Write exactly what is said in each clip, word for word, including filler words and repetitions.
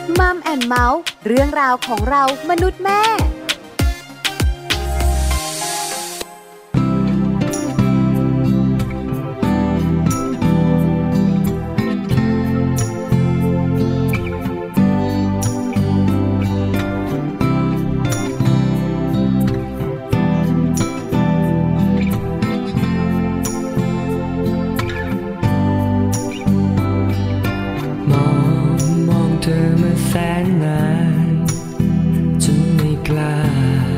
มัมแอนด์เมาส์เรื่องราวของเรามนุษย์แม่แสนนานจนไม่กล้า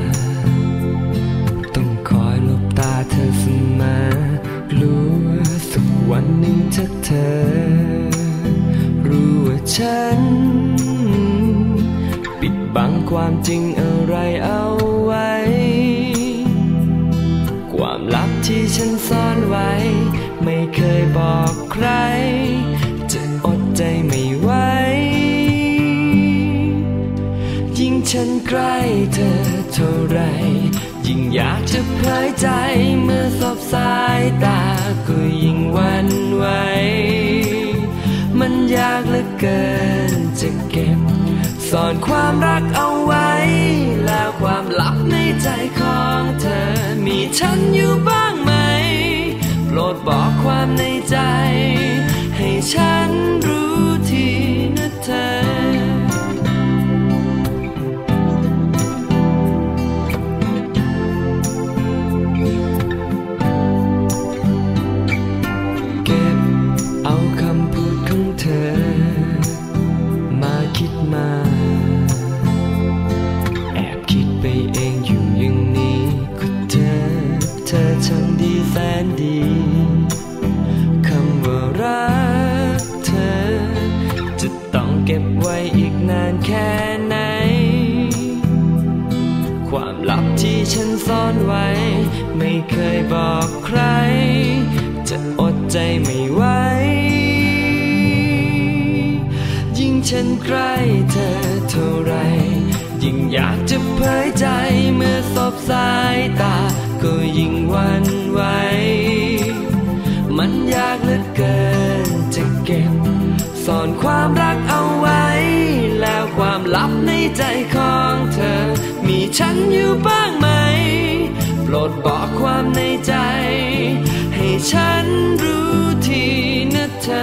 ต้องคอยหลบตาเธอเสมอกลัวสักวันหนึ่งถ้าเธอรู้ว่าฉันปิดบังความจริงอะไรเอาไว้ความลับที่ฉันซ่อนไว้ไม่เคยบอกใครจะอดใจไม่ไหวยิ่งฉันใกล้เธอเท่าไรยิ่งอยากจะเผยใจเมื่อสบสายตาก็ยิ่งหวั่นไหวมันยากเหลือเกินจะเก็บซ่อนความรักเอาไว้แล้วความลับในใจของเธอมีฉันอยู่บ้างไหมโปรดบอกความในใจให้ฉันรู้ทีนะเธอคิดมาแอบคิดไปเองอยู่อย่างนี้ก็เธอเธอช่างดีแสนดีคำว่ารักเธอจะต้องเก็บไว้อีกนานแค่ไหนความลับที่ฉันซ่อนไว้ไม่เคยบอกใครจะอดใจไม่ไหวฉันใกล้เธอเท่าไรยิ่งอยากจะเผยใจเมื่อสบสายตาก็ยิ่งหวั่นไหวมันยากเหลือเกินจะเก็บซ่อนความรักเอาไว้แล้วความลับในใจของเธอมีฉันอยู่บ้างไหมโปรดบอกความในใจให้ฉันรู้ทีนะเธอ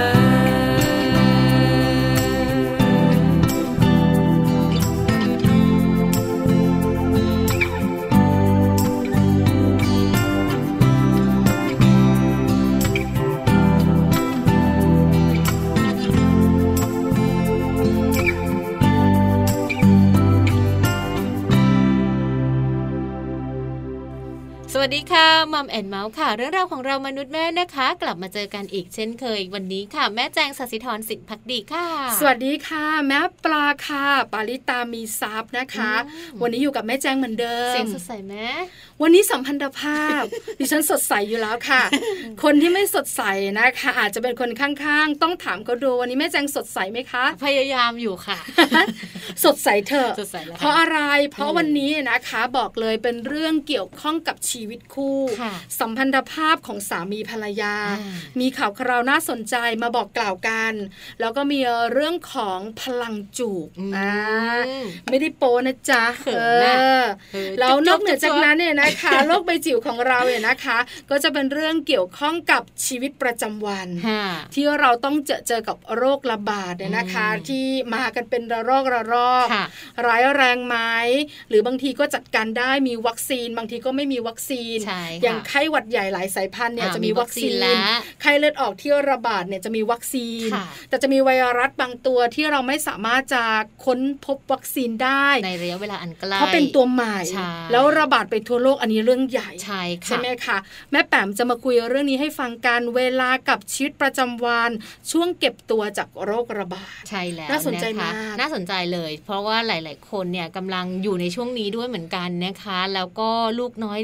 สวัสดีค่ะมัมแอนด์เมาส์ค่ะเรื่องราวของเรามนุษย์แม่นะคะกลับมาเจอกันอีกเช่นเคยวันนี้ค่ะแม่แจงศศิธรสินภักดีค่ะสวัสดีค่ะแม่ปลาค่ะปาริตามีซับนะคะวันนี้อยู่กับแม่แจงเหมือนเดิมเสียงสดใสไหมวันนี้สัมพันธภาพ ดิฉันสดใสอยู่แล้วค่ะ คนที่ไม่สดใสนะคะอาจจะเป็นคนข้างๆต้องถามเขาดูวันนี้แม่แจงสดใสไหมคะพยายามอยู่ค่ะสดใสเถอะเพราะอะไรเพราะวันนี้นะคะบอกเลยเป็นเรื่องเกี่ยวข้องกับชีวิตคู่สัมพันธภาพของสามีภรรยามีข่าวคราวน่าสนใจมาบอกกล่าวกันแล้วก็มีเรื่องของพลังจูบไม่ได้โป้นะจ๊ะแล้วนอกเหนือจากนั้นเนี่ยนะคะโรคใบจิ๋วของเราเนี่ยนะคะก็จะเป็นเรื่องเกี่ยวข้องกับชีวิตประจำวันที่เราต้องเจอเจอกับโรคระบาดเนี่ยนะคะที่มากันเป็นระลอกระลอกร้ายแรงไหมหรือบางทีก็จัดการได้มีวัคซีนบางทีก็ไม่มีวัคซีนอย่างไข้หวัดใหญ่หลายสายพันธุ์เนี่ยจะมีวัคซีนไข้เลือดออกที่ระบาดเนี่ยจะมีวัคซีนแต่จะมีไวรัสบางตัวที่เราไม่สามารถจะค้นพบวัคซีนได้ในระยะเวลาอันใกล้เพราะเป็นตัวใหม่แล้วระบาดไปทั่วโลกอันนี้เรื่องใหญ่ใช่ค่ะใช่ไหมคะแม่แป๋มจะมาคุยเรื่องนี้ให้ฟังกันเวลากับชีวิตประจำวันช่วงเก็บตัวจากโรคระบาดใช่แล้วน่าสนใจมากน่าสนใจเลยเพราะว่าหลายๆคนเนี่ยกำลังอยู่ในช่วงนี้ด้วยเหมือนกันนะคะแล้วก็ลูกน้อยเนี่ยก็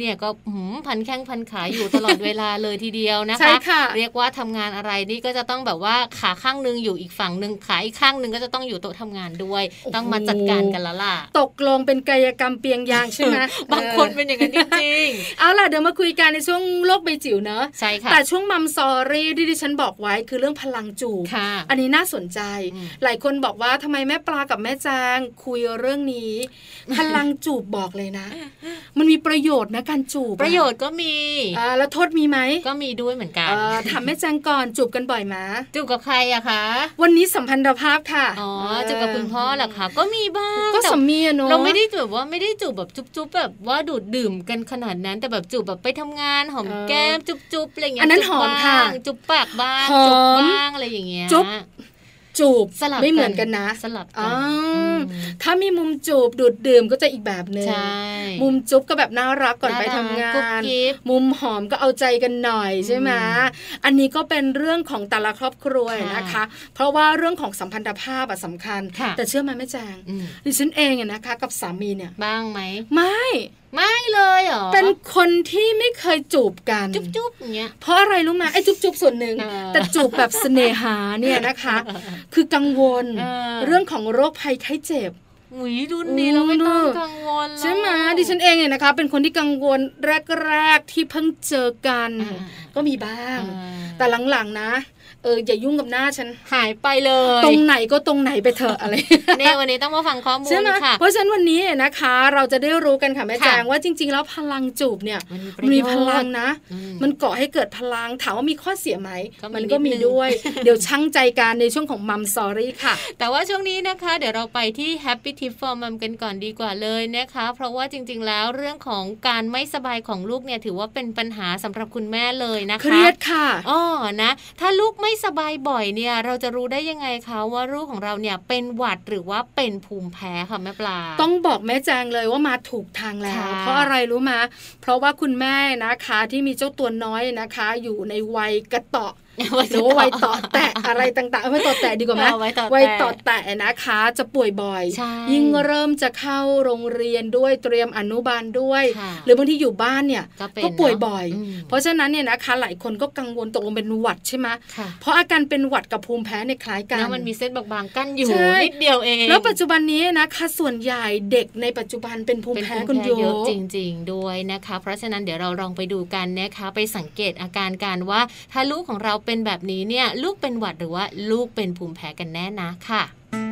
พันแข้งพันขาอยู่ตลอดเวลาเลยทีเดียวนะคะใช่ค่ะเรียกว่าทำงานอะไรนี่ก็จะต้องแบบว่าขาข้างนึงอยู่อีกฝั่งนึงขาอีกข้างนึงก็จะต้องอยู่โต๊ะทำงานด้วยต้องมาจัดการกันแล้วล่ะตกลงเป็นกายกรรมเปียงยางใช่ไหมบางคนเป็นอย่างนั้นจริงๆเอาล่ะเดี๋ยวมาคุยกันในช่วงโลกใบจิ๋วเนอะใช่ค่ะแต่ช่วงมัมซอรี่ที่ดิฉันบอกไว้คือเรื่องพลังจูบอันนี้น่าสนใจหลายคนบอกว่าทำไมแม่ปลากับแม่แจงคุยเรื่องนี้พลังจูบบอกเลยนะมันมีประโยชน์นะการจูบประโยชน์ก็มีอ่าแล้วโทษมีไหมก็มีด้วยเหมือนกันถามแม่แจงก่อนจูบกันบ่อยไหมจูบกับใครอะคะวันนี้สัมพันธภาพค่ะอ๋อจูบกับคุณพ่อเหรอคะก็มีบ้างก็สามีอะเนาะเราไม่ได้จูบว่าไม่ได้จูบแบบจุ๊บๆแบบว่าดูดดื่มกันขนาดนั้นแต่แบบจูบแบบไปทำงานหอมแก้มจุ๊บๆอะไรอย่างเงี้ยอันนั้นหอมค่ะจุ๊บปากบ้างจุ๊บบ้างอะไรอย่างเงี้ยจุ๊บจูบสลับไม่เหมือนกันนะสลับกันถ้ามีมุมจูบดูดดื่มก็จะอีกแบบนึงมุมจุ๊บก็แบบน่ารักก่อนไปทำงานมุมหอมก็เอาใจกันหน่อยใช่ไหมอันนี้ก็เป็นเรื่องของแต่ละครอบครัวนะคะเพราะว่าเรื่องของสัมพันธภาพสำคัญแต่เชื่อมั้ยแม่แจงดิฉันเองอะนะคะกับสามีเนี่ยบ้างไหมไม่ไม่เลยเหรอเป็นคนที่ไม่เคยจูบกันจุ๊บๆอย่างเงี้ยเพราะอะไรรู้ไหมไอ้จุ๊บๆส่วนหนึ่งแต่จูบแบบเสน่หาเนี่ยนะคะคือกังวลเรื่องของโรคภัยไข้เจ็บอุ้ยรุ่นนี้เราไม่ต้องกังวลใช่ไหมดิฉันเองเนี่ยนะคะเป็นคนที่กังวลแรกๆที่เพิ่งเจอกันก็มีบ้างแต่หลังๆนะเอออย่ายุ่งกับหน้าฉันหายไปเลยตรงไหนก็ตรงไหนไปเถอะอะไรเนี่ยวันนี้ต้องมาฟังข้อมูลค่ะเพราะฉะนั้นวันนี้นะคะเราจะได้รู้กันค่ะแม่แจงว่าจริงๆแล้วพลังจูบเนี่ยมีพลังนะมันก่อให้เกิดพลังถามว่ามีข้อเสียไหมมันก็มีด้วยเดี๋ยวชั่งใจกันในช่วงของมัมสอรี่ค่ะแต่ว่าช่วงนี้นะคะเดี๋ยวเราไปที่ Happy Tip for Mom กันก่อนดีกว่าเลยนะคะเพราะว่าจริงๆแล้วเรื่องของการไม่สบายของลูกเนี่ยถือว่าเป็นปัญหาสำหรับคุณแม่เลยนะคะเครียดค่ะอ๋อนะถ้าลูกไม่สบายบ่อยเนี่ยเราจะรู้ได้ยังไงคะว่าลูกของเราเนี่ยเป็นหวัดหรือว่าเป็นภูมิแพ้ค่ะแม่ปลาต้องบอกแม่แจงเลยว่ามาถูกทางแล้วเพราะอะไรรู้มาเพราะว่าคุณแม่นะคะที่มีเจ้าตัวน้อยนะคะอยู่ในวัยกระเตาะหรือว่าวัยต่อแตะอะไรต่างๆไม่ต่อแตะดีกว่าไหมวัยต่อแตะนะคะจะป่วยบ่อยยิ่งเริ่มจะเข้าโรงเรียนด้วยเตรียมอนุบาลด้วยหรือบางทีอยู่บ้านเนี่ยก็ป่วยบ่อยเพราะฉะนั้นเนี่ยนะคะหลายคนก็กังวลตกลงเป็นหวัดใช่ไหมเพราะอาการเป็นหวัดกับภูมิแพ้ในคล้ายกันมันมีเส้นบางๆกั้นอยู่นิดเดียวเองแล้วปัจจุบันนี้นะคะส่วนใหญ่เด็กในปัจจุบันเป็นภูมิแพ้คนเยอะจริงๆด้วยนะคะเพราะฉะนั้นเดี๋ยวเราลองไปดูกันนะคะไปสังเกตอาการกันว่าถ้าลูกของเราเป็นแบบนี้เนี่ยลูกเป็นหวัดหรือว่าลูกเป็นภูมิแพ้กันแน่นะค่ะ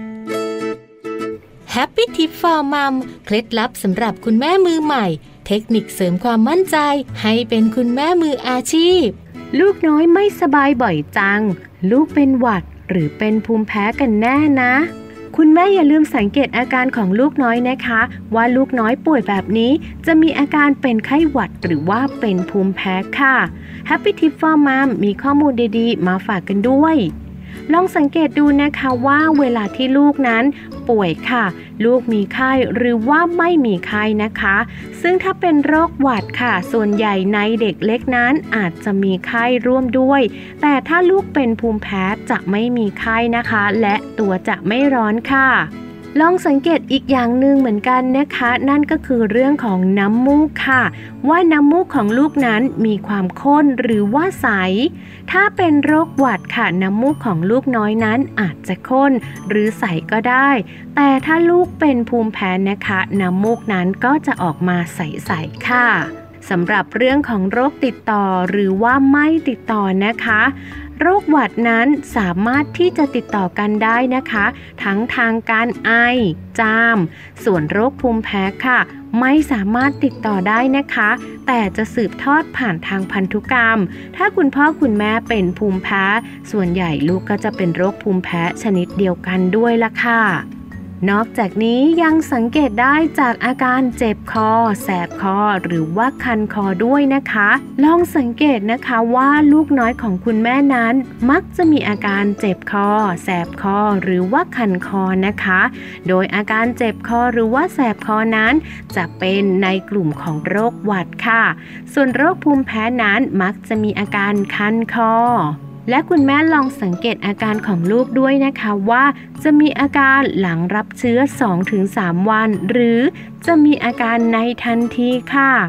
Happy Tip for Mom เคล็ดลับสำหรับคุณแม่มือใหม่เทคนิคเสริมความมั่นใจให้เป็นคุณแม่มืออาชีพลูกน้อยไม่สบายบ่อยจังลูกเป็นหวัดหรือเป็นภูมิแพ้กันแน่นะคุณแม่อย่าลืมสังเกตอาการของลูกน้อยนะคะว่าลูกน้อยป่วยแบบนี้จะมีอาการเป็นไข้หวัดหรือว่าเป็นภูมิแพ้ค่ะ Happy Tip for Mom มีข้อมูลดีๆมาฝากกันด้วยลองสังเกตดูนะคะว่าเวลาที่ลูกนั้นป่วยค่ะลูกมีไข้หรือว่าไม่มีไข้นะคะซึ่งถ้าเป็นโรคหวัดค่ะส่วนใหญ่ในเด็กเล็กนั้นอาจจะมีไข้ร่วมด้วยแต่ถ้าลูกเป็นภูมิแพ้จะไม่มีไข้นะคะและตัวจะไม่ร้อนค่ะลองสังเกตอีกอย่างหนึ่งเหมือนกันนะคะนั่นก็คือเรื่องของน้ำมูกค่ะว่าน้ำมูกของลูกนั้นมีความข้นหรือว่าใสถ้าเป็นโรคหวัดค่ะน้ำมูกของลูกน้อยนั้นอาจจะข้นหรือใสก็ได้แต่ถ้าลูกเป็นภูมิแพ้นะคะน้ำมูกนั้นก็จะออกมาใสๆค่ะสำหรับเรื่องของโรคติดต่อหรือว่าไม่ติดต่อนะคะโรคหวัดนั้นสามารถที่จะติดต่อกันได้นะคะทั้งทางการไอจามส่วนโรคภูมิแพ้ค่ะไม่สามารถติดต่อได้นะคะแต่จะสืบทอดผ่านทางพันธุกรรมถ้าคุณพ่อคุณแม่เป็นภูมิแพ้ส่วนใหญ่ลูกก็จะเป็นโรคภูมิแพ้ชนิดเดียวกันด้วยล่ะค่ะนอกจากนี้ยังสังเกตได้จากอาการเจ็บคอแสบคอหรือว่าคันคอด้วยนะคะลองสังเกตนะคะว่าลูกน้อยของคุณแม่นั้นมักจะมีอาการเจ็บคอแสบคอหรือว่าคันคอนะคะโดยอาการเจ็บคอหรือว่าแสบคอนั้นจะเป็นในกลุ่มของโรคหวัดค่ะส่วนโรคภูมิแพ้นั้นมักจะมีอาการคันคอและคุณแม่ลองสังเกตอาการของลูกด้วยนะคะว่าจะมีอาการหลังรับเชื้อ สองถึงสาม วันหรือจะมีอาการในทันทีค่ะ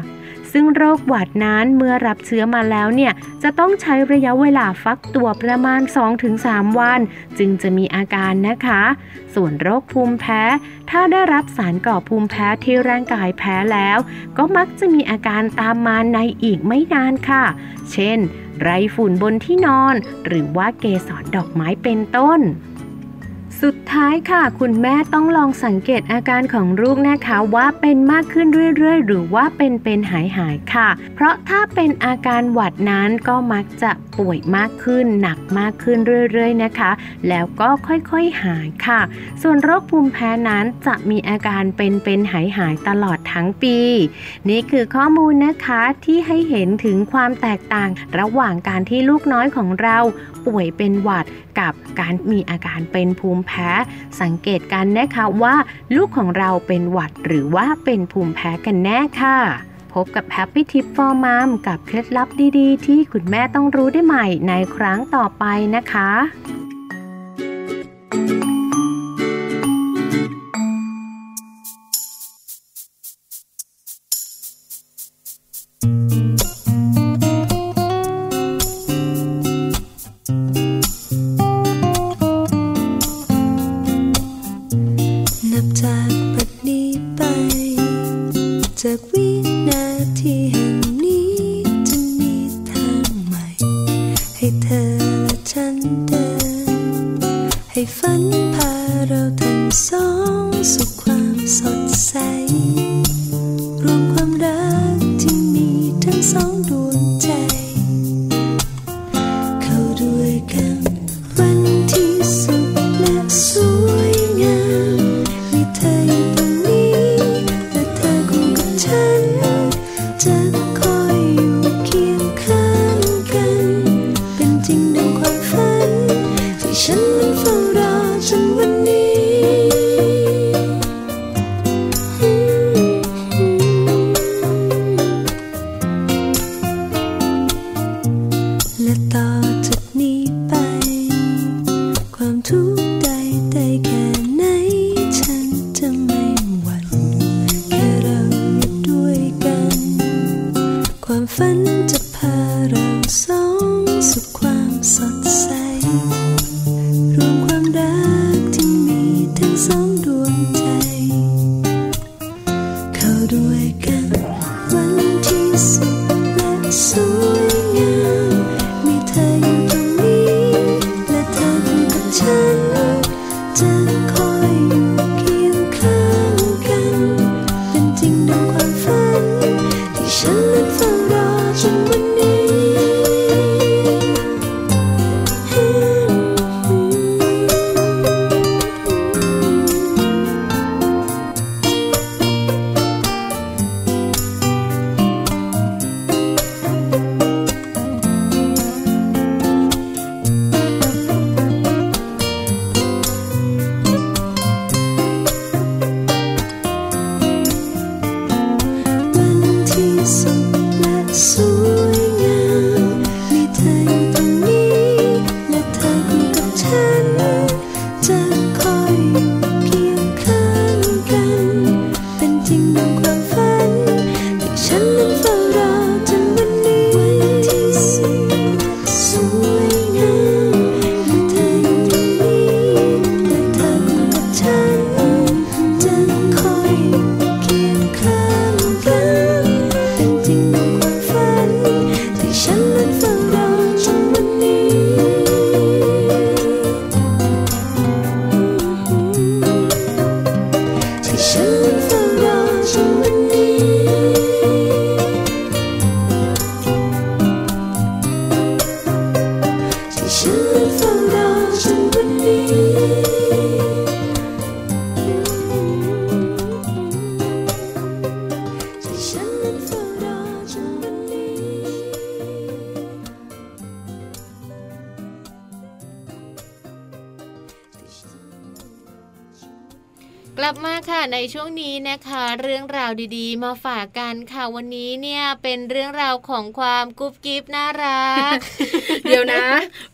ซึ่งโรคหวัดนั้นเมื่อรับเชื้อมาแล้วเนี่ยจะต้องใช้ระยะเวลาฟักตัวประมาณ สองถึงสาม วันจึงจะมีอาการนะคะส่วนโรคภูมิแพ้ถ้าได้รับสารก่อภูมิแพ้ที่ร่างกายแพ้แล้วก็มักจะมีอาการตามมาในอีกไม่นานค่ะเช่นไรฝุ่นบนที่นอนหรือว่าเกสรดอกไม้เป็นต้นสุดท้ายค่ะคุณแม่ต้องลองสังเกตอาการของลูกนะคะว่าเป็นมากขึ้นเรื่อยๆหรือว่าเป็นเป็นหายหายค่ะเพราะถ้าเป็นอาการหวัดนั้นก็มักจะป่วยมากขึ้นหนักมากขึ้นเรื่อยๆนะคะแล้วก็ค่อยๆหายค่ะส่วนโรคภูมิแพ้นั้นจะมีอาการเป็นเป็นหายหายตลอดทั้งปีนี่คือข้อมูลนะคะที่ให้เห็นถึงความแตกต่างระหว่างการที่ลูกน้อยของเราป่วยเป็นหวัดกับการมีอาการเป็นภูมิแพ้สังเกตกันนะคะว่าลูกของเราเป็นหวัดหรือว่าเป็นภูมิแพ้กันแน่ค่ะพบกับ Happy Tip for Mom กับเคล็ดลับดีๆที่คุณแม่ต้องรู้ได้ใหม่ในครั้งต่อไปนะคะจากวินาทีแห่งนี้จะมีทางใหม่ให้เธอและฉันเดินให้ฝันพาเราทั้งสองสู่ความสดใสรวมความรักที่มีทั้งสองดวงใจเข้าด้วยกันวันที่สุขและสวยงามมีเธออยู่ตรงนี้และเธอคงกับฉันจะคอยอยู่เคียงข้างกันเป็นจริงดังความฝันที่ฉันนั้นเฝ้ารอจนวันนี้และต่อจากนี้ไปความทุกข์ใดใดแค่ไหนฉันจะไม่หวั่นแค่เราอยู่ด้วยกันความฝันจะพาเราสองสู่ความสดใสรวมความรักที่มีทั้งสองดวงใจเข้าด้วยกันวันที่สุขและสวยงามมีเธออยู่ตรงนี้และเธออยู่กับฉันจะคอยอยู่เคียงข้างกันเป็นจริงดังความฝันที่ฉันนั้นเฝ้ารอจนวันนี้วันที่สุขและสวยงามมีเธออยู่ตรงนี้และเธออยู่กับฉันจะคอยอยู่เคียงข้างกันเป็นจริงดังความฝันที่ฉันนั้นเฝ้ารอจนวันนี้วันที่สุขสวยงามมีเธออยู่ตรงนี้และเธออยู่กับฉันจะคอยอยู่เคียงข้างกันเป็นจริงดังความฝันที่ฉันนั้นเฝ้ารอจนวันนี้ที่ฉันนั้นเฝ้ารอจนวันนี้ที่ฉันนั้นเฝ้ารอจนวันนี้ที่ฉันนั้นเฝ้ารอจนวันนี้กลับมาค่ะในช่วงนี้นะคะเรื่องราวดีๆมาฝากกันค่ะวันนี้เนี่ยเป็นเรื่องราวของความกุ๊บกิ๊บน่ารักเดี๋ยวนะกุ๊ก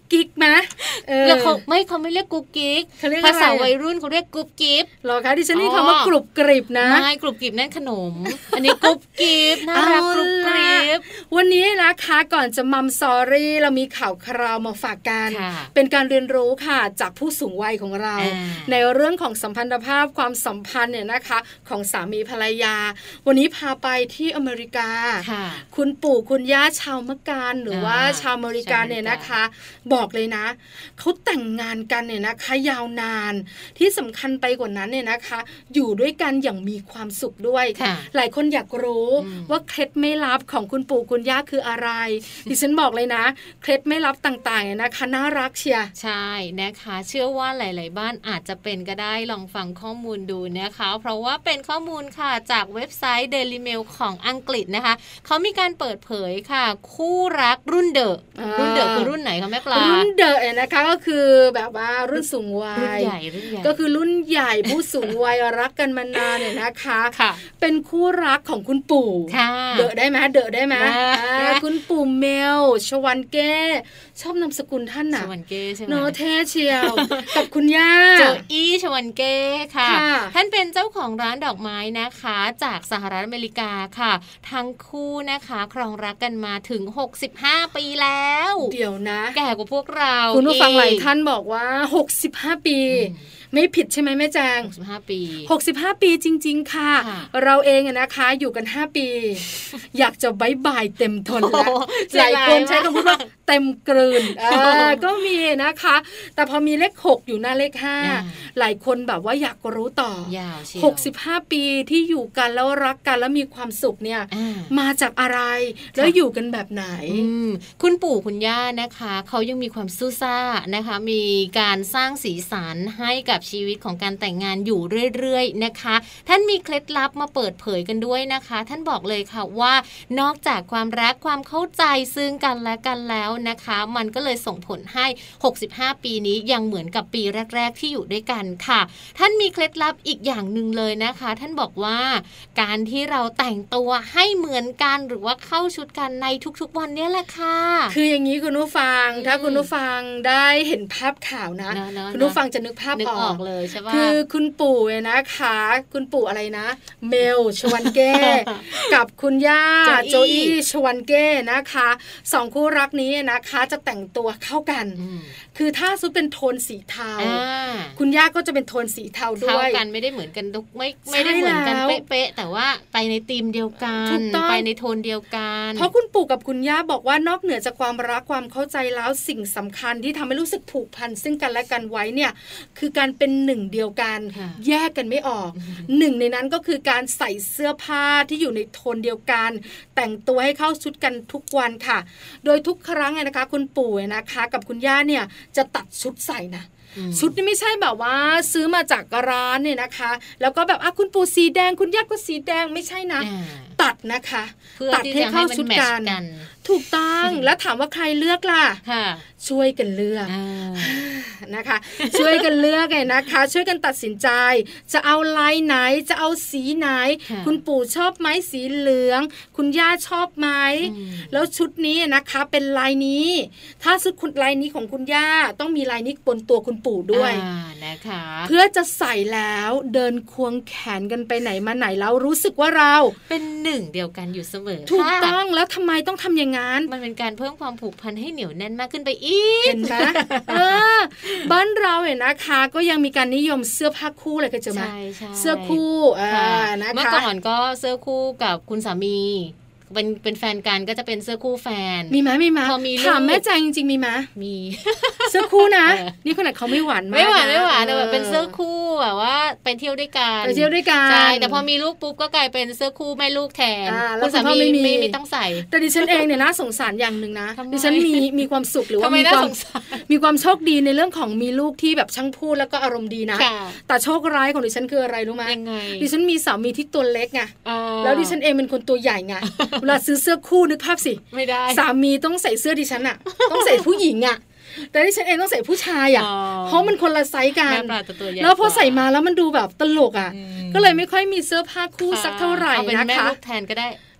กิ๊กไหมแล้วเขาไม่เขาไม่เรียกกุ๊กกิ๊กภาษาวัยรุ่นเขาเรียกกุ๊บกิ๊บหรอคะดิฉันนี่คำว่ากรุบกริบนะไม่กรุบกริบนั่นขนมอันนี้กุ๊บกิ๊บน่ารักกรุบกริบวันนี้นะคะก่อนจะมัมซอรี่เรามีข่าวคราวมาฝากกันเป็นการเรียนรู้ค่ะจากผู้สูงวัยของเราในเรื่องของสัมพันธภาพความสัมพันธ์เนี่ยนะคะของสามีภรรยาวันนี้พาไปที่อเมริกาคุณปู่คุณย่าชาวมะการหรือว่าชาวอเมริกันเนี่ยนะคะบอกเลยนะเขาแต่งงานกันเนี่ยนะคะยาวนานที่สำคัญไปกว่านั้นเนี่ยนะคะอยู่ด้วยกันอย่างมีความสุขด้วยหลายคนอยากรู้ว่าเคล็ดไม่ลับของคุณปู่คุณย่าคืออะไรดิฉันบอกเลยนะเคล็ดไม่ลับต่างๆเนี่ยนะคะน่ารักเชียใช่นะคะเชื่อว่าหลายๆบ้านอาจจะเป็นก็ได้ลองฟังข้อมูลดูนะคะเพราะว่าเป็นข้อมูลค่ะจากเว็บไซต์ Daily Mail ของอังกฤษนะคะเขามีการเปิดเผยค่ะคู่รักรุ่นเดอะรุ่นเดอะคือรุ่นไหนคะแม่ปลารุ่นเดอะนะคะก็คือแบบว่ารุ่นสูงวัยรุ่นใหญ่รุ่นใหญ่ก็คือรุ่นใหญ่ผู้สูงวัยรักกันมานานเนี่ยนะคะเป็นคู่รักของคุณปู่เดอะได้ไหมเดอะได้ไหมคุณปู่เมลชวันเก้ชอบนามสกุลท่านน่ะชวันเก้ใช่ไหมโนเทเชียวกับคุณย่าโจอี้ชวันเก้ค่ะท่านเป็นเจ้าของร้านดอกไม้นะคะจากสหรัฐอเมริกาค่ะทั้งคู่นะคะครองรักกันมาถึงหกสิบห้าปีแล้วเดี๋ยวนะแก่กว่าพวกเราคุณผู้ฟังหลายท่านบอกว่าหกสิบห้าปีไม่ผิดใช่ไหมแม่แจงหกสิบห้าปีหกสิบห้าปีจริงๆค่ะเราเองนะคะอยู่กันห้าปีอยากจะบ๊ายบายเต็มทนแล้วหลายคนใช้คำพูดว่าเต็มกลืนก็มีนะคะแต่พอมีเลขหกอยู่หน้าเลขห้าหลายคนแบบว่าอยากรู้ต่อหกสิบห้าปีที่อยู่กันแล้วรักกันแล้วมีความสุขเนี่ยมาจากอะไรแล้วอยู่กันแบบไหนคุณปู่คุณย่านะคะเขายังมีความสู้ซ่านะคะมีการสร้างสีสันให้กับชีวิตของการแต่งงานอยู่เรื่อยๆนะคะท่านมีเคล็ดลับมาเปิดเผยกันด้วยนะคะท่านบอกเลยค่ะว่านอกจากความรักความเข้าใจซึ่งกันและกันแล้วนะคะมันก็เลยส่งผลให้หกสิบห้าปีนี้ยังเหมือนกับปีแรกๆที่อยู่ด้วยกันค่ะท่านมีเคล็ดลับอีกอย่างนึงเลยนะคะท่านบอกว่าการที่เราแต่งตัวให้เหมือนกันหรือว่าเข้าชุดกันในทุกๆวันนี้แหละค่ะคืออย่างนี้คุณผู้ฟังถ้าคุณผู้ฟังได้เห็นภาพข่าวนะคุณผู้ฟังจะนึกภาพออกเลยใช่ป่ะคือคุณปู่นะคะคุณปู่อะไรนะเมลชวันเก้กับคุณย่าโจอี้ชวันเก้นะคะสองคู่รักนี้นะคะจะแต่งตัวเข้ากันคือถ้าซุปเป็นโทนสีเทาคุณย่าก็จะเป็นโทนสีเทาด้วยเข้ากันไม่ได้เหมือนกันทุกไม่ไม่ได้เหมือนกันเป๊ะๆแต่ว่าไปในธีมเดียวกันไปในโทนเดียวกันเพราะคุณปู่กับคุณย่าบอกว่านอกเหนือจากความรักความเข้าใจแล้วสิ่งสำคัญที่ทำให้รู้สึกผูกพันซึ่งกันและกันไว้เนี่ยคือการเป็นหนึ่งเดียวกันแยกกันไม่ออกหนึ่งในนั้นก็คือการใส่เสื้อผ้าที่อยู่ในโทนเดียวกันแต่งตัวให้เข้าชุดกันทุกวันค่ะโดยทุกครั้งนะคะคุณปู่นะคะกับคุณย่าเนี่ยจะตัดชุดใส่นะชุดนี่ไม่ใช่แบบว่าซื้อมาจากร้านเนี่ยนะคะแล้วก็แบบอ่ะคุณปู่สีแดงคุณย่าก็สีแดงไม่ใช่นะตัดนะคะตัดให้เข้าชุดกันถูกต้องแล้วถามว่าใครเลือกล่ะช่วยกันเลือกนะคะช่วยกันเลือกไงนะคะช่วยกันตัดสินใจจะเอาลายไหนจะเอาสีไหนคุณปู่ชอบไหมสีเหลืองคุณย่าชอบไหมแล้วชุดนี้นะคะเป็นลายนี้ถ้าชุดคุณลายนี้ของคุณย่าต้องมีลายนี้บนตัวคุณปู่ด้วยนะคะเพื่อจะใส่แล้วเดินควงแขนกันไปไหนมาไหนแล้วรู้สึกว่าเราเป็นหนึ่งเดียวกันอยู่เสมอถูกต้องแล้วทำไมต้องทำอย่างนั้นมันเป็นการเพิ่มความผูกพันให้เหนียวแน่นมากขึ้นไปอีกเห็นไหมเออบ้านเราเห็นนะคะก็ยังมีการนิยมเสื้อผ้าคู่เลยเคยเจอไหมเสื้อคู่นะคะเมื่อก่อนก็เสื้อคู่กับคุณสามีเป็นเป็นแฟนกันก็จะเป็นเสื้อคู่แฟนมีไหมมีไหมพอมีถามแม่ใจจริงๆมีไหมมีเสื้อคู่นะนี่ขนาดเขาไม่หวานมากไม่หวานไม่หวานแต่แบบเป็นเสื้อคู่แบบว่าไปเที่ยวด้วยกันไปเที่ยวด้วยกันใช่แต่พอมีลูกปุ๊บก็กลายเป็นเสื้อคู่แม่ลูกแทนคุณสามีไม่ไม่ต้องใส่แต่ดิฉันเองเนี่ยน่าสงสารอย่างนึงนะดิฉันมีมีความสุขหรือว่ามีความมีความโชคดีในเรื่องของมีลูกที่แบบช่างพูดแล้วก็อารมณ์ดีนะแต่โชคร้ายของดิฉันคืออะไรรู้ไหมดิฉันมีสามีที่ตัวเล็กไงแล้วดิฉันเองเป็นคนตัวใหญ่ไงเวลาซื้อเสื้อคู่นึกภาพสิไม่ได้สามีต้องใส่เสื้อดิฉันอะต้องใส่ผู้หญิงอะแต่ดิฉันเองต้องใส่ผู้ชายอะเพราะมันคนละไซส์กันแล้วพอใส่มาแล้วมันดูแบบตลกอะก็เลยไม่ค่อยมีเสื้อผ้าคู่สักเท่าไหร่นะคะเอาเป็นแม่ลูกแทนก็ได้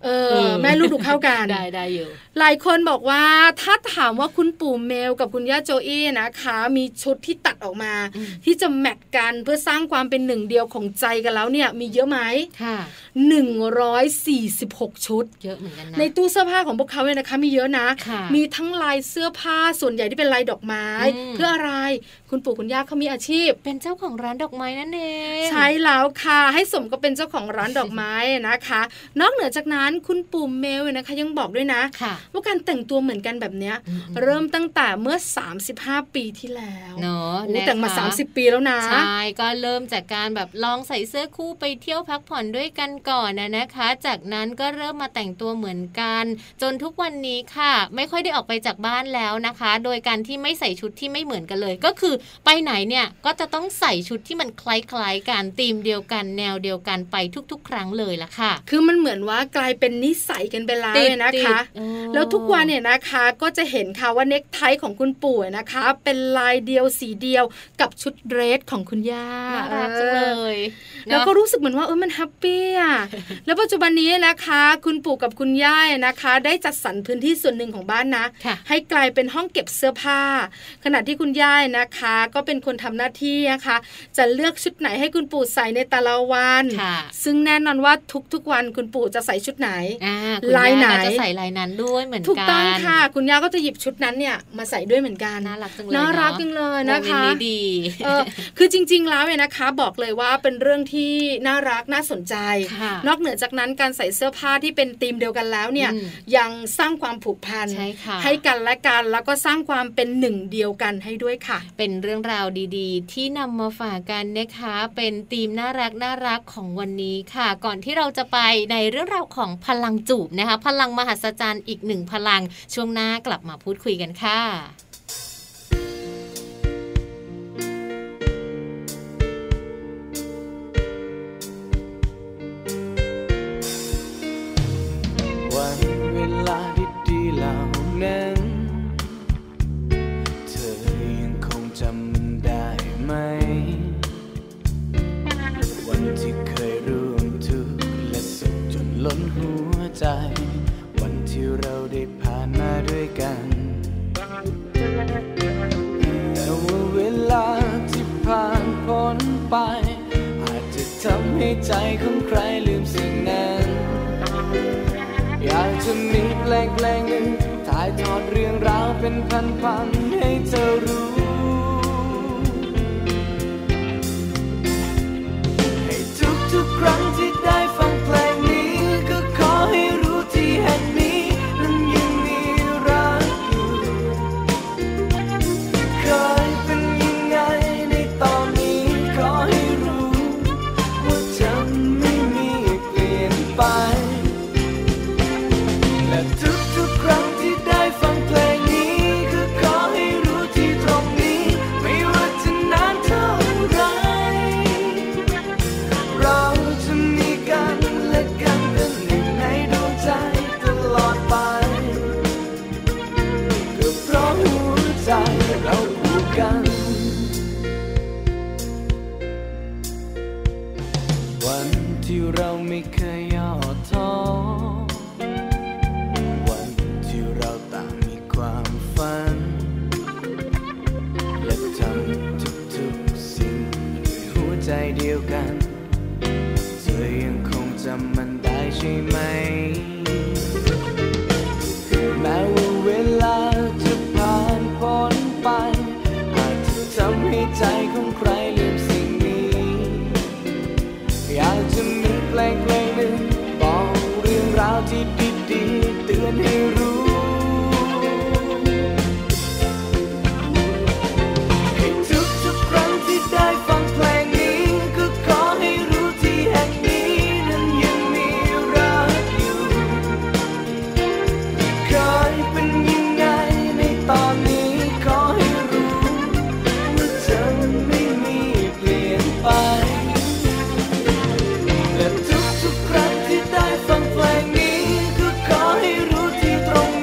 เออแม่ลูกดูเข้ากันได้ได้อยู่หลายคนบอกว่าถ้าถามว่าคุณปู่เมลกับคุณย่าโจอี้นะคะมีชุดที่ตัดออกมาที่จะแมทกันเพื่อสร้างความเป็นหนึ่งเดียวของใจกันแล้วเนี่ยมีเยอะไหมค่ะหนึ่งร้อยสี่สิบหกชุดเยอะเหมือนกันนะในตู้เสื้อผ้าของพวกเขาเนี่ยนะคะมีเยอะนะมีทั้งลายเสื้อผ้าส่วนใหญ่ที่เป็นลายดอกไม้เพื่ออะไรคุณปู่คุณย่าเขามีอาชีพเป็นเจ้าของร้านดอกไม้นั่นเองใช่แล้วค่ะให้สมกับเป็นเจ้าของร้านดอกไม้นะคะนอกเหนือจากนั้นคุณปู่เมลนะคะยังบอกด้วยนะว่าการแต่งตัวเหมือนกันแบบนี้เริ่มตั้งแต่เมื่อสามสิบห้าปีที่แล้วเนาะแต่งมาสามสิบปีแล้วนะใช่ก็เริ่มจากการแบบลองใส่เสื้อคู่ไปเที่ยวพักผ่อนด้วยกันก่อนนะนะคะจากนั้นก็เริ่มมาแต่งตัวเหมือนกันจนทุกวันนี้ค่ะไม่ค่อยได้ออกไปจากบ้านแล้วนะคะโดยการที่ไม่ใส่ชุดที่ไม่เหมือนกันเลยก็คือไปไหนเนี่ยก็จะต้องใส่ชุดที่มันคล้ายๆกันธีมเดียวกันแนวเดียวกันไปทุกๆครั้งเลยล่ะค่ะคือมันเหมือนว่ากลายเป็นนิสัยกันไปแล้วเลยนะคะแล้วทุกวันเนี่ยนะคะก็จะเห็นค่ะว่าเนคไทของคุณปู่นะคะเป็นลายเดียวสีเดียวกับชุดเดรสของคุณย่าน่ารักจังเลยแล้วก็รู้สึกเหมือนว่าเออมันแฮปปี้อ่ะแล้วปัจจุบันนี้นะคะคุณปู่กับคุณย่านะคะได้จัดสรรพื้นที่ส่วนหนึ่งของบ้านนะให้กลายเป็นห้องเก็บเสื้อผ้าขณะที่คุณย่านะคะก็เป็นคนทำหน้าที่นะคะจะเลือกชุดไหนให้คุณปู่ใส่ในแต่ละวันซึ่งแน่นอนว่าทุกๆวันคุณปู่จะใส่ชุดไหนลายไหนจะใส่ลายนั้นด้วยเหมือนกันถูกต้องค่ะคุณย่าก็จะหยิบชุดนั้นเนี่ยมาใส่ด้วยเหมือนกันน่ารักจังเลยน่ารักจังเลยนะคะดีเออคือจริงๆแล้วเนี่ยนะคะบอกเลยว่าเป็นเรื่องที่น่ารักน่าสนใจนอกเหนือจากนั้นการใส่เสื้อผ้าที่เป็นธีมเดียวกันแล้วเนี่ยยังสร้างความผูกพันให้กันและกันแล้วก็สร้างความเป็นหนึ่งเดียวกันให้ด้วยค่ะเป็นเรื่องราวดีๆที่นำมาฝากกันนะคะเป็นธีมน่ารักน่ารักของวันนี้ค่ะก่อนที่เราจะไปในเรื่องราวของพลังจูบนะคะพลังมหัศจรรย์อีกหนึ่งพลังช่วงหน้ากลับมาพูดคุยกันค่ะวันเวลาดีๆเหล่านั้นเธอยังคงจำมันได้ไหมวันที่เคยร่วมทุกข์และสุขจนล้นหัวใจวันที่เราได้ผ่านมาด้วยกันแต่ว่าเวลาที่ผ่านพ้นไปอาจจะทำให้ใจของใครลืมสิ่งนั้นอยากจะมีเพลงเพลงหนึ่งถ่ายทอดเรื่องราวเป็นพันๆให้เธอรู้ให้ทุกๆครั้งที่ได้ฟังเพลงนี้ก็ขอให้รู้ที่แห่งนี้นั้นยังมีรักอยู่เคยเป็นยังไงในตอนนี้ขอให้รู้ว่าจะไม่มีเปลี่ยนไปและทุกๆครั้งที่ได้ฟังเพลงนี้ก็ขอให้รู้ที่ตรงนี้ไม่ว่าจะนานเท่าไรเราจะมีกันและกันเป็นหนึ่งในดวงใจตลอดไปก็เพราะหัวใจเราผูกกันวันที่เราไม่เคยย่อท้อฝันและทำทุกๆสิ่งด้วยหัวใจเดียวกันเธอยังคงจำมันได้ใช่ไหมแม้ว่าเวลาจะผ่านพ้นไปอาจจะทำให้ใจของใครลืมสิ่งนี้อยากจะมีเพลงเพลงหนึ่งบอกเรื่องราวที่ดีๆเตือนให้รู้ได้ฟังเพลงนี้ก็ขอให้รู้ที่แห่งนี้นั้นยังมีรักอยู่เคยเป็นยังไงในตอนนี้ขอให้รู้ว่าจะไม่มีเปลี่ยนไปและทุกๆครั้งที่ได้ฟังเพลงนี้ก็ขอให้รู้ที่ตรง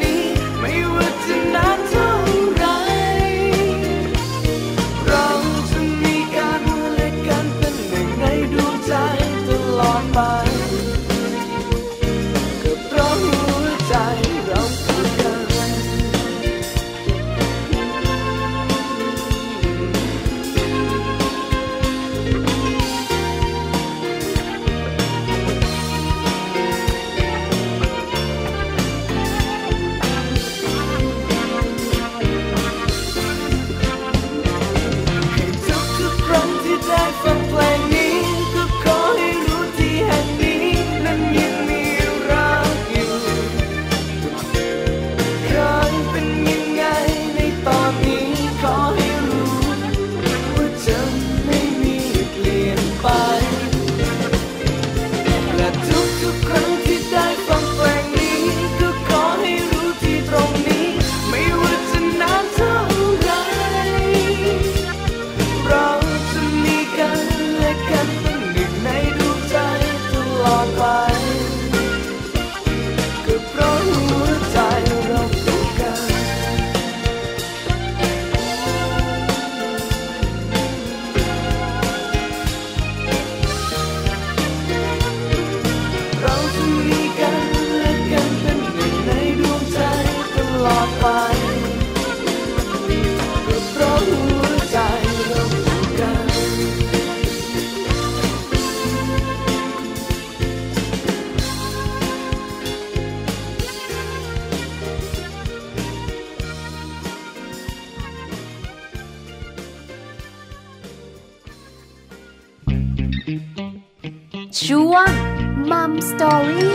ช่วงมัมสตอรี่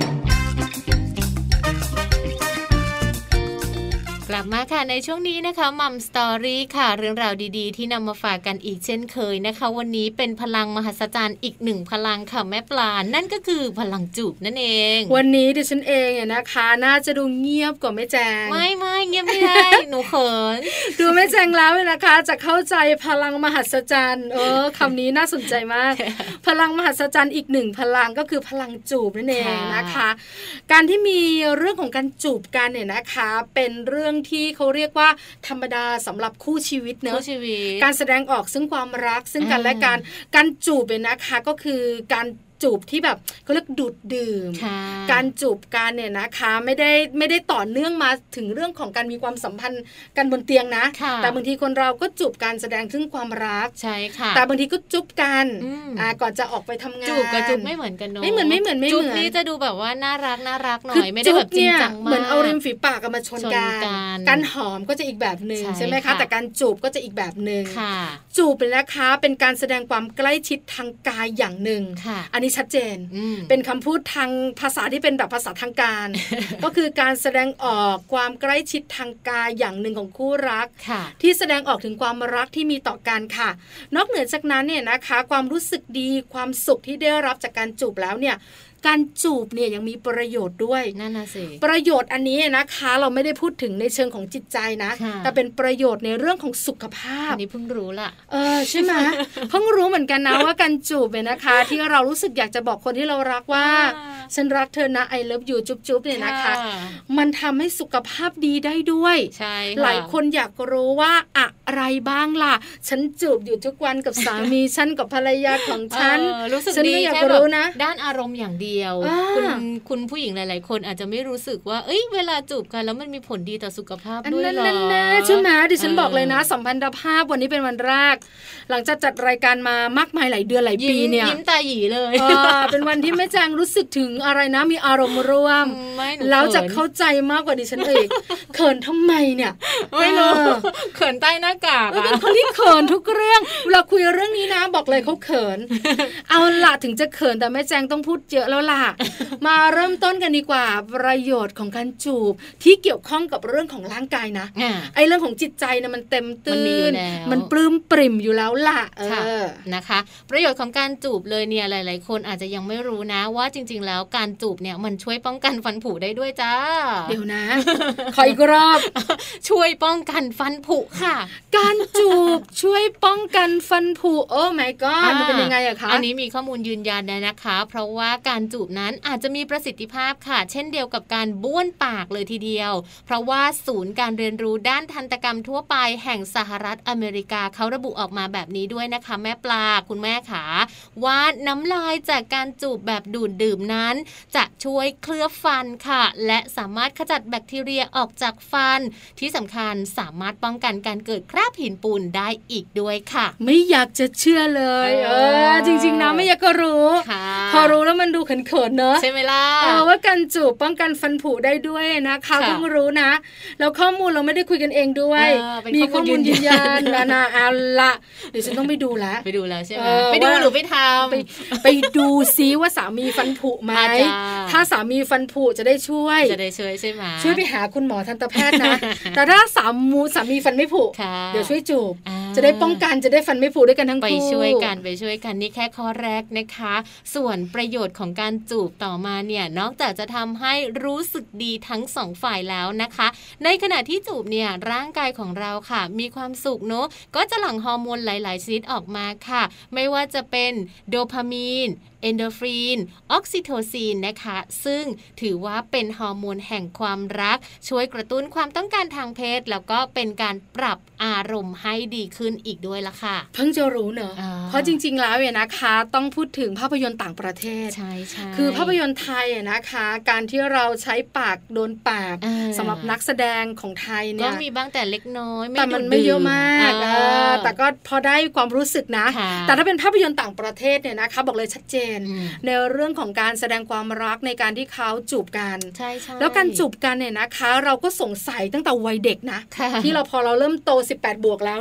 กลับมาค่ะในช่วงนี้นะคะมัมสตอรี่ค่ะเรื่องราวดีๆที่นำมาฝากกันอีกเช่นเคยนะคะวันนี้เป็นพลังมหัศจรรย์อีกหนึ่งพลังค่ะแม่ปลานั่นก็คือพลังจูบนั่นเองวันนี้ดิฉันเองเนี่ยนะคะน่าจะดูเงียบกว่าแม่แจงไม่ไม่เงียบไม่ได้หนูเขินดูแม่แจงแล้วนะคะจะเข้าใจพลังมหัศจรรย์เออคำนี้น่าสนใจมาก พลังมหัศจรรย์อีกหนึ่งพลังก็คือพลังจูบนั่นเองนะคะการที่มีเรื่องของการจูบกันเนี่ยนะคะเป็นเรื่องที่เขาเรียกว่าธรรมดาสำหรับคู่ชีวิตเนอะการแสดงออกซึ่งความรักซึ่งกันและกันการจูบเนี่ยนะคะก็คือการจูบที่แบบเขาเรียกดูดดื่มการจูบกันเนี่ยนะคะไม่ได้ไม่ได้ต่อเนื่องมาถึงเรื่องของการมีความสัมพันธ์กันบนเตียงนะแต่บางทีคนเราก็จูบการแสดงถึงความรักใช่ค่ะแต่บางทีก็จุ๊บกันอ่าก่อนจะออกไปทำงานจูบกับจูบไม่เหมือนกันเนาะไม่เหมือนไม่เหมือนไม่เหมือนจูบนี้จะดูแบบว่าน่ารักน่ารักหน่อยไม่ได้แบบจริงจังมากเหมือนเอาริมฝีปากมาชนกันการหอมก็จะอีกแบบนึงใช่ไหมคะแต่การจูบก็จะอีกแบบนึงจูบเป็นนะคะเป็นการแสดงความใกล้ชิดทางกายอย่างนึงอันนี้ชัดเจนเป็นคำพูดทางภาษาที่เป็นแบบภาษาทางการ ก็คือการแสดงออกความใกล้ชิดทางกายอย่างหนึ่งของคู่รักที่แสดงออกถึงความรักที่มีต่อกันค่ะนอกเหนือจากนั้นเนี่ยนะคะความรู้สึกดีความสุขที่ได้รับจากการจูบแล้วเนี่ยการจูบเนี่ยยังมีประโยชน์ด้วยนั่นน่ะสิประโยชน์อันนี้นะคะเราไม่ได้พูดถึงในเชิงของจิตใจนะแต่เป็นประโยชน์ในเรื่องของสุขภาพอันนี้เพิ่งรู้ล่ะเออใช่ไหม เพิ่งรู้เหมือนกันนะว่าการจูบเนี่ยนะคะที่เรารู้สึกอยากจะบอกคนที่เรารักว่าฉันรักเธอนะ I love you จุ๊บๆเนี่ยนะคะมันทำให้สุขภาพดีได้ด้วยใช่หลายคนอยากรู้ว่าอะไรบ้างล่ะฉันจูบอยู่ทุกวันกับสามีฉันกับภรรยาของฉันรู้สึกดีแค่แบบด้านอารมณ์อย่างเดียวคุณคุณผู้หญิงหลายๆคนอาจจะไม่รู้สึกว่าเอ้ยเวลาจูบกันแล้วมันมีผลดีต่อสุขภาพด้วยหรอนั่นๆใช่ไหมดิฉันบอกเลยนะสัมพันธภาพวันนี้เป็นวันแรกหลังจากจัดรายการมามากมายหลายเดือนหลายปีเนี่ยยิ้มตาหยีเลยเป็นวันที่แม่แจงรู้สึกถึงอะไรนะมีอารมณ์ร่วมแล้วจะเข้าใจมากกว่าดิฉันเองเขินทำไมเนี่ยไม่รู้เขินใต้หน้ากากเป็นคนที่เขินทุกเรื่องเวลาคุยเรื่องนี้นะบอกเลยเขาเขินเอาล่ะถึงจะเขินแต่แม่แจงต้องพูดเยอะแล้วล่ะมาเริ่มต้นกันดีกว่าประโยชน์ของการจูบที่เกี่ยวข้องกับเรื่องของร่างกายนะไอ้เรื่องของจิตใจนะมันเต็มตื้นมันปลื้มปริ่มอยู่แล้วล่ะเออนะคะประโยชน์ของการจูบเลยเนี่ยหลายๆคนอาจจะยังไม่รู้นะว่าจริงๆแล้วการจูบเนี่ยมันช่วยป้องกันฟันผุได้ด้วยจ้าเดี๋ยวนะขออีกรอบช่วยป้องกันฟันผุค่ะการจูบช่วยป้องกันฟันผุโอ้ my god มันเป็นยังไงอะคะอันนี้มีข้อมูลยืนยันนะคะเพราะว่าการจูบนั้นอาจจะมีประสิทธิภาพค่ะเช่นเดียวกับการบ้วนปากเลยทีเดียวเพราะว่าศูนย์การเรียนรู้ด้านทันตกรรมทั่วไปแห่งสหรัฐอเมริกาเขาระบุออกมาแบบนี้ด้วยนะคะแม่ปลาคุณแม่ขาว่าน้ำลายจากการจูบแบบดูดดื่มนั้นจะช่วยเคลือบฟันค่ะและสามารถขจัดแบคทีเรียออกจากฟันที่สำคัญสามารถป้องกันการเกิดคราบหินปูนได้อีกด้วยค่ะไม่อยากจะเชื่อเลยเออจริงๆนะไม่อยากก็รู้พอรู้แล้วมันดูเขินๆเนอะใช่ไหมล่ะเออว่าการจูบป้องกันฟันผุได้ด้วยนะคะเพิ่งรู้นะแล้วข้อมูลเราไม่ได้คุยกันเองด้วยมีข้อมูลยืนยันนะนะเอาละเดี๋ยวฉันต้องไปดูแล้วไปดูแล้วใช่ไหมไปดูหรือไปทำไปไปดูซิว่าสามีฟันผุไหมถ้าสามีฟันผุจะได้ช่วยจะได้ช่วยใช่ไหมช่วยไปหาคุณหมอทันตแพทย์นะแต่ถ้าสามูสามีฟันไม่ผุเดี๋ยวช่วยจูบจะได้ป้องกันจะได้ฟันไม่ผุด้วยกันทั้งคู่ไปช่วยกันไปช่วยกันนี่แค่ข้อแรกนะคะส่วนประโยชน์ของการจูบต่อมาเนี่ยนอกจากจะทำให้รู้สึกดีทั้งสองฝ่ายแล้วนะคะในขณะที่จูบเนี่ยร่างกายของเราค่ะมีความสุขเนอะก็จะหลั่งฮอร์โมนหลายๆชนิดออกมาค่ะไม่ว่าจะเป็นโดพามีนเอนโดรฟินออกซิโทซินนะคะซึ่งถือว่าเป็นฮอร์โมนแห่งความรักช่วยกระตุ้นความต้องการทางเพศแล้วก็เป็นการปรับอารมณ์ให้ดีขึ้นอีกด้วยละค่ะเพิ่งจะรู้เนอะเพราะจริงๆแล้วเนี่ยนะคะต้องพูดถึงภาพยนตร์ต่างประเทศใช่ใช่คือภาพยนตร์ไทยนะคะการที่เราใช้ปากโดนปากสำหรับนักแสดงของไทยเนี่ยก็มีบ้างแต่เล็กน้อยแต่มันไม่เยอะมากแต่ก็พอได้ความรู้สึกนะแต่ถ้าเป็นภาพยนตร์ต่างประเทศเนี่ยนะคะบอกเลยชัดเจนในเรื่องของการแสดงความรักในการที่เขาจูบกันใช่ใช่แล้วการจูบกันเนี่ยนะคะเราก็สงสัยตั้งแต่วัยเด็กนะที่เราพอเราเริ่มโตสิบแปดบวกแล้วเนี่ย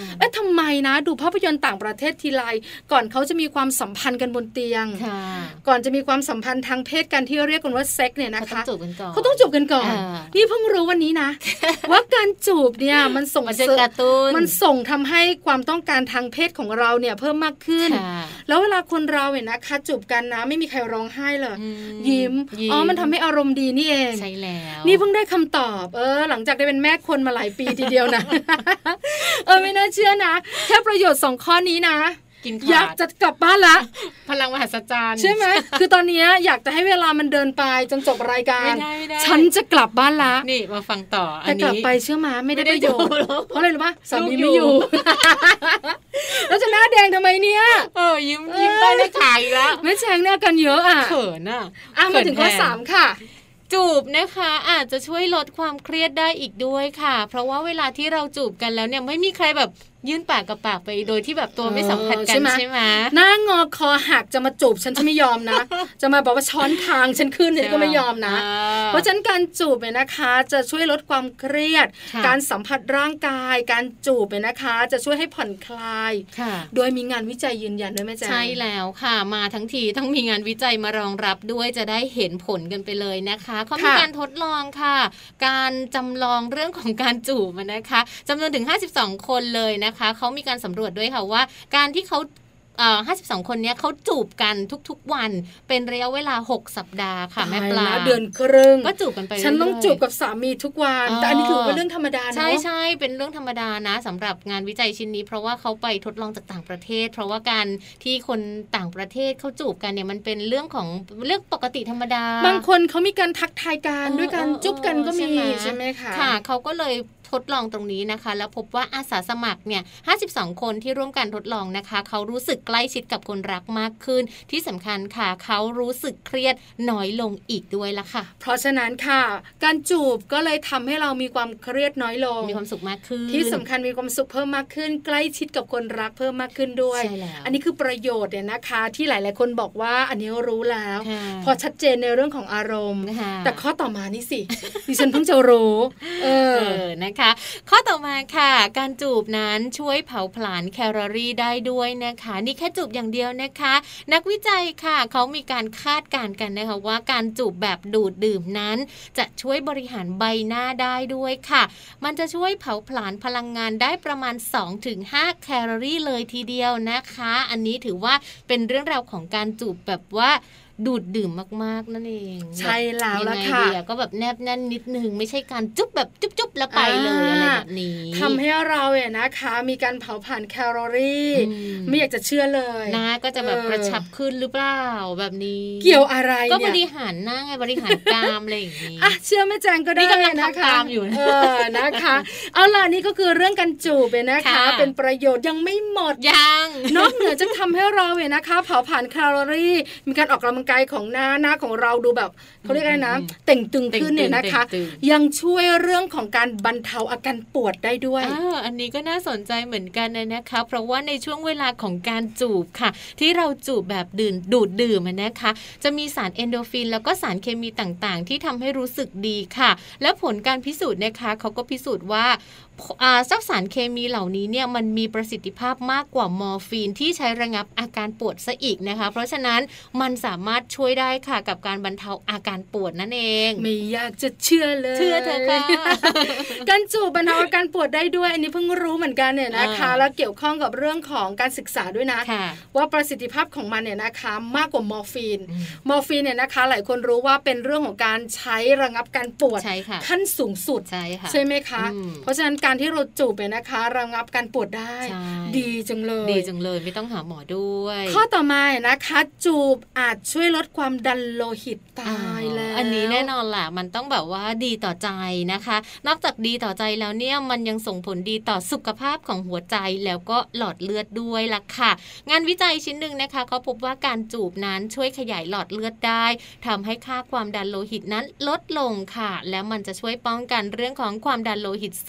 เอ๊ะทำไมนะดูภาพยนตร์ต่างประเทศทีไรก่อนเขาจะมีความสัมพันธ์กันบนเตียงก่อนจะมีความสัมพันธ์ทางเพศกันที่เรียกกันว่าเซ็กเนี่ยนะคะเขาต้องจูบกันก่อนเขาต้องจูบกันก่อนนี่เพิ่งรู้วันนี้นะ ว่าการจูบเนี่ยมันส่งเสริมมันส่งทำให้ความต้องการทางเพศของเราเนี่ยเพิ่มมากขึ้นแล้วเวลาคนเราเนี่ยนะคะจูบกันนะไม่มีใครร้องไห้เลยยิ้มอ๋อมันทำให้อารมณ์ดีนี่เองใช่แล้วนี่เพิ่งได้คำตอบเออหลังจากได้เป็นแม่คนมาหลายปีทีเดียวนะ เออไม่น่าเชื่อนะแค่ประโยชน์สองข้อนี้นะอยากจะกลับบ้านละพลังมหัศจรรย์ใช่ไหมคือตอนนี้อยากจะให้เวลามันเดินไปจนจบรายการฉันจะกลับบ้านละนี่มาฟังต่อแต่กลับไปเชื่อมาไม่ได้ประโยชน์เพราะอะไรรู้ป่ะสามีไม่อยู่แล้วจะหน้าแดงทำไมเนี่ยเออยิ้มยิ้มใต้หน้าผากอีกแล้วไม่แฉงเนี่ยกันเยอะอ่ะเขินอ่ะอ่ะมาถึงข้อสามค่ะจูบนะคะอาจจะช่วยลดความเครียดได้อีกด้วยค่ะเพราะว่าเวลาที่เราจูบกันแล้วเนี่ยไม่มีใครแบบยื่นปากกับปากไปโดยที่แบบตัวไม่สัมผัสกันใช่ไหมหน้างอคอหักจะมาจูบฉันจะไม่ยอมนะจะมาบอกว่าช้อนคางฉันขึ้นฉันก็ไม่ยอมนะเพราะฉะนั้นการจูบเนี่ยนะคะจะช่วยลดความเครียดการสัมผัสร่างกายการจูบเนี่ยนะคะจะช่วยให้ผ่อนคลายโดยมีงานวิจัยยืนยันด้วยแม่แจ๊ใช่แล้วค่ะมาทั้งทีต้องมีงานวิจัยมารองรับด้วยจะได้เห็นผลกันไปเลยนะคะเขามีการทดลองค่ะการจำลองเรื่องของการจูบนะคะจำนวนถึงห้าสิบสองคนเลยนะคะเขามีการสำรวจด้วยค่ะว่าการที่เขาห้าสิบสองคนนี้เขาจูบกันทุกๆวันเป็นระยะเวลาหกสัปดาห์ค่ะแม่ปลาเดือนครึ่งก็จูบกันไปฉันต้องจูบกับสามีทุกวันแต่อันนี้ถือเป็นเรื่องธรรมดาเนาะใช่ใช่เป็นเรื่องธรรมดานะสำหรับงานวิจัยชิ้นนี้เพราะว่าเขาไปทดลองจากต่างประเทศเพราะว่าการที่คนต่างประเทศเขาจูบกันเนี่ยมันเป็นเรื่องของเรื่องปกติธรรมดาบางคนเขามีการทักทายกันด้วยการจุ๊บกันก็มีใช่ไหมคะค่ะเขาก็เลยทดลองตรงนี้นะคะแล้วพบว่าอาสาสมัครเนี่ยห้าสิบสองคนที่ร่วมกันทดลองนะคะเขารู้สึกใกล้ชิดกับคนรักมากขึ้นที่สำคัญค่ะเขารู้สึกเครียดน้อยลงอีกด้วยละค่ะเพราะฉะนั้นค่ะการจูบก็เลยทำให้เรามีความเครียดน้อยลงมีความสุขมากขึ้นที่สำคัญมีความสุขเพิ่มมากขึ้นใกล้ชิดกับคนรักเพิ่มมากขึ้นด้วยอันนี้คือประโยชน์เนี่ยนะคะที่หลายๆคนบอกว่าอันนี้รู้แล้วพอชัดเจนในเรื่องของอารมณ์แต่ข้อต่อมานี่สิดิฉันเพิ่งจะรู้เออนะคะข้อต่อมาค่ะการจูบนั้นช่วยเผาผลาญแคลอรี่ได้ด้วยนะคะนี่แค่จูบอย่างเดียวนะคะนักวิจัยค่ะเขามีการคาดการณ์กันนะคะว่าการจูบแบบดูดดื่มนั้นจะช่วยบริหารใบหน้าได้ด้วยค่ะมันจะช่วยเผาผลาญพลังงานได้ประมาณ สองถึงห้า แคลอรี่เลยทีเดียวนะคะอันนี้ถือว่าเป็นเรื่องราวของการจูบแบบว่าดูดดื่มมากๆนั่นเองใช่แล้วล่ะค่ะก็แบบแนบแน่นนิดนึงไม่ใช่การจุ๊บแบบจุ๊บๆแล้วไปเลยอะไรแบบนี้ทำให้เราเนี่ยนะคะมีการเผาผลาญแคลอรี่ไม่อยากจะเชื่อเลยนะก็จะแบบกระชับขึ้นหรือเปล่าแบบนี้เกี่ยวอะไรเนี่ยก็บริหารหน้าไงบริหารกรามอะไรอย่างนี้อ่ะเชื่อแม่แจงก็ได้นะคะอยู่เออนะคะเอาล่ะนี่ก็คือเรื่องการจูบเนี่ยนะคะเป็นประโยชน์ยังไม่หมดยังนอกเหนือจะทำให้เราเนี่ยนะคะเผาผลาญแคลอรี่มีการออกกำลังกายของหน้าหน้าของเราดูแบบเขาเรียกอะไรนะเต่งตึงขึ้นเนี่ยนะคะยังช่วยเรื่องของการบรรเทาอาการปวดได้ด้วยอ่าอันนี้ก็น่าสนใจเหมือนกันนะคะเพราะว่าในช่วงเวลาของการจูบค่ะที่เราจูบแบบดื่มดูดดื่มนะคะจะมีสารเอนโดรฟินแล้วก็สารเคมีต่างๆที่ทำให้รู้สึกดีค่ะและผลการพิสูจน์นะคะเขาก็พิสูจน์ว่าเจ้าสารเคมีเหล่านี้เนี่ยมันมีประสิทธิภาพมากกว่ามอร์ฟีนที่ใช้ระงับอาการปวดซะอีกนะคะเพราะฉะนั้นมันสามารถช่วยได้ค่ะกับการบรรเทาอาการปวดนั่นเองไม่อยากจะเชื่อเลยเชื่อเถอะค่ะการจูบบรรเทาอาการปวดได้ด้วยอันนี้เพิ่งรู้เหมือนกันเนี่ยนะคะแล้วเกี่ยวข้องกับเรื่องของการศึกษาด้วยนะว่าประสิทธิภาพของมันเนี่ยนะคะมากกว่ามอร์ฟีนมอร์ฟีนเนี่ยนะคะหลายคนรู้ว่าเป็นเรื่องของการใช้ระงับการปวดขั้นสูงสุดใช่ค่ะใช่ไหมคะเพราะฉะนั้นการที่เราจูบเนี่ยนะคะระงับการปวดได้ดีจังเลยดีจังเลยไม่ต้องหาหมอด้วยข้อต่อมานะคะจูบอาจช่วยลดความดันโลหิตตายแล้วอันนี้แน่นอนแหละมันต้องแบบว่าดีต่อใจนะคะนอกจากดีต่อใจแล้วเนี่ยมันยังส่งผลดีต่อสุขภาพของหัวใจแล้วก็หลอดเลือดด้วยล่ะค่ะงานวิจัยชิ้นหนึ่งนะคะเขาพบว่าการจูบนั้นช่วยขยายหลอดเลือดได้ทำให้ค่าความดันโลหิตนั้นลดลงค่ะแล้วมันจะช่วยป้องกันเรื่องของความดันโลหิตสูง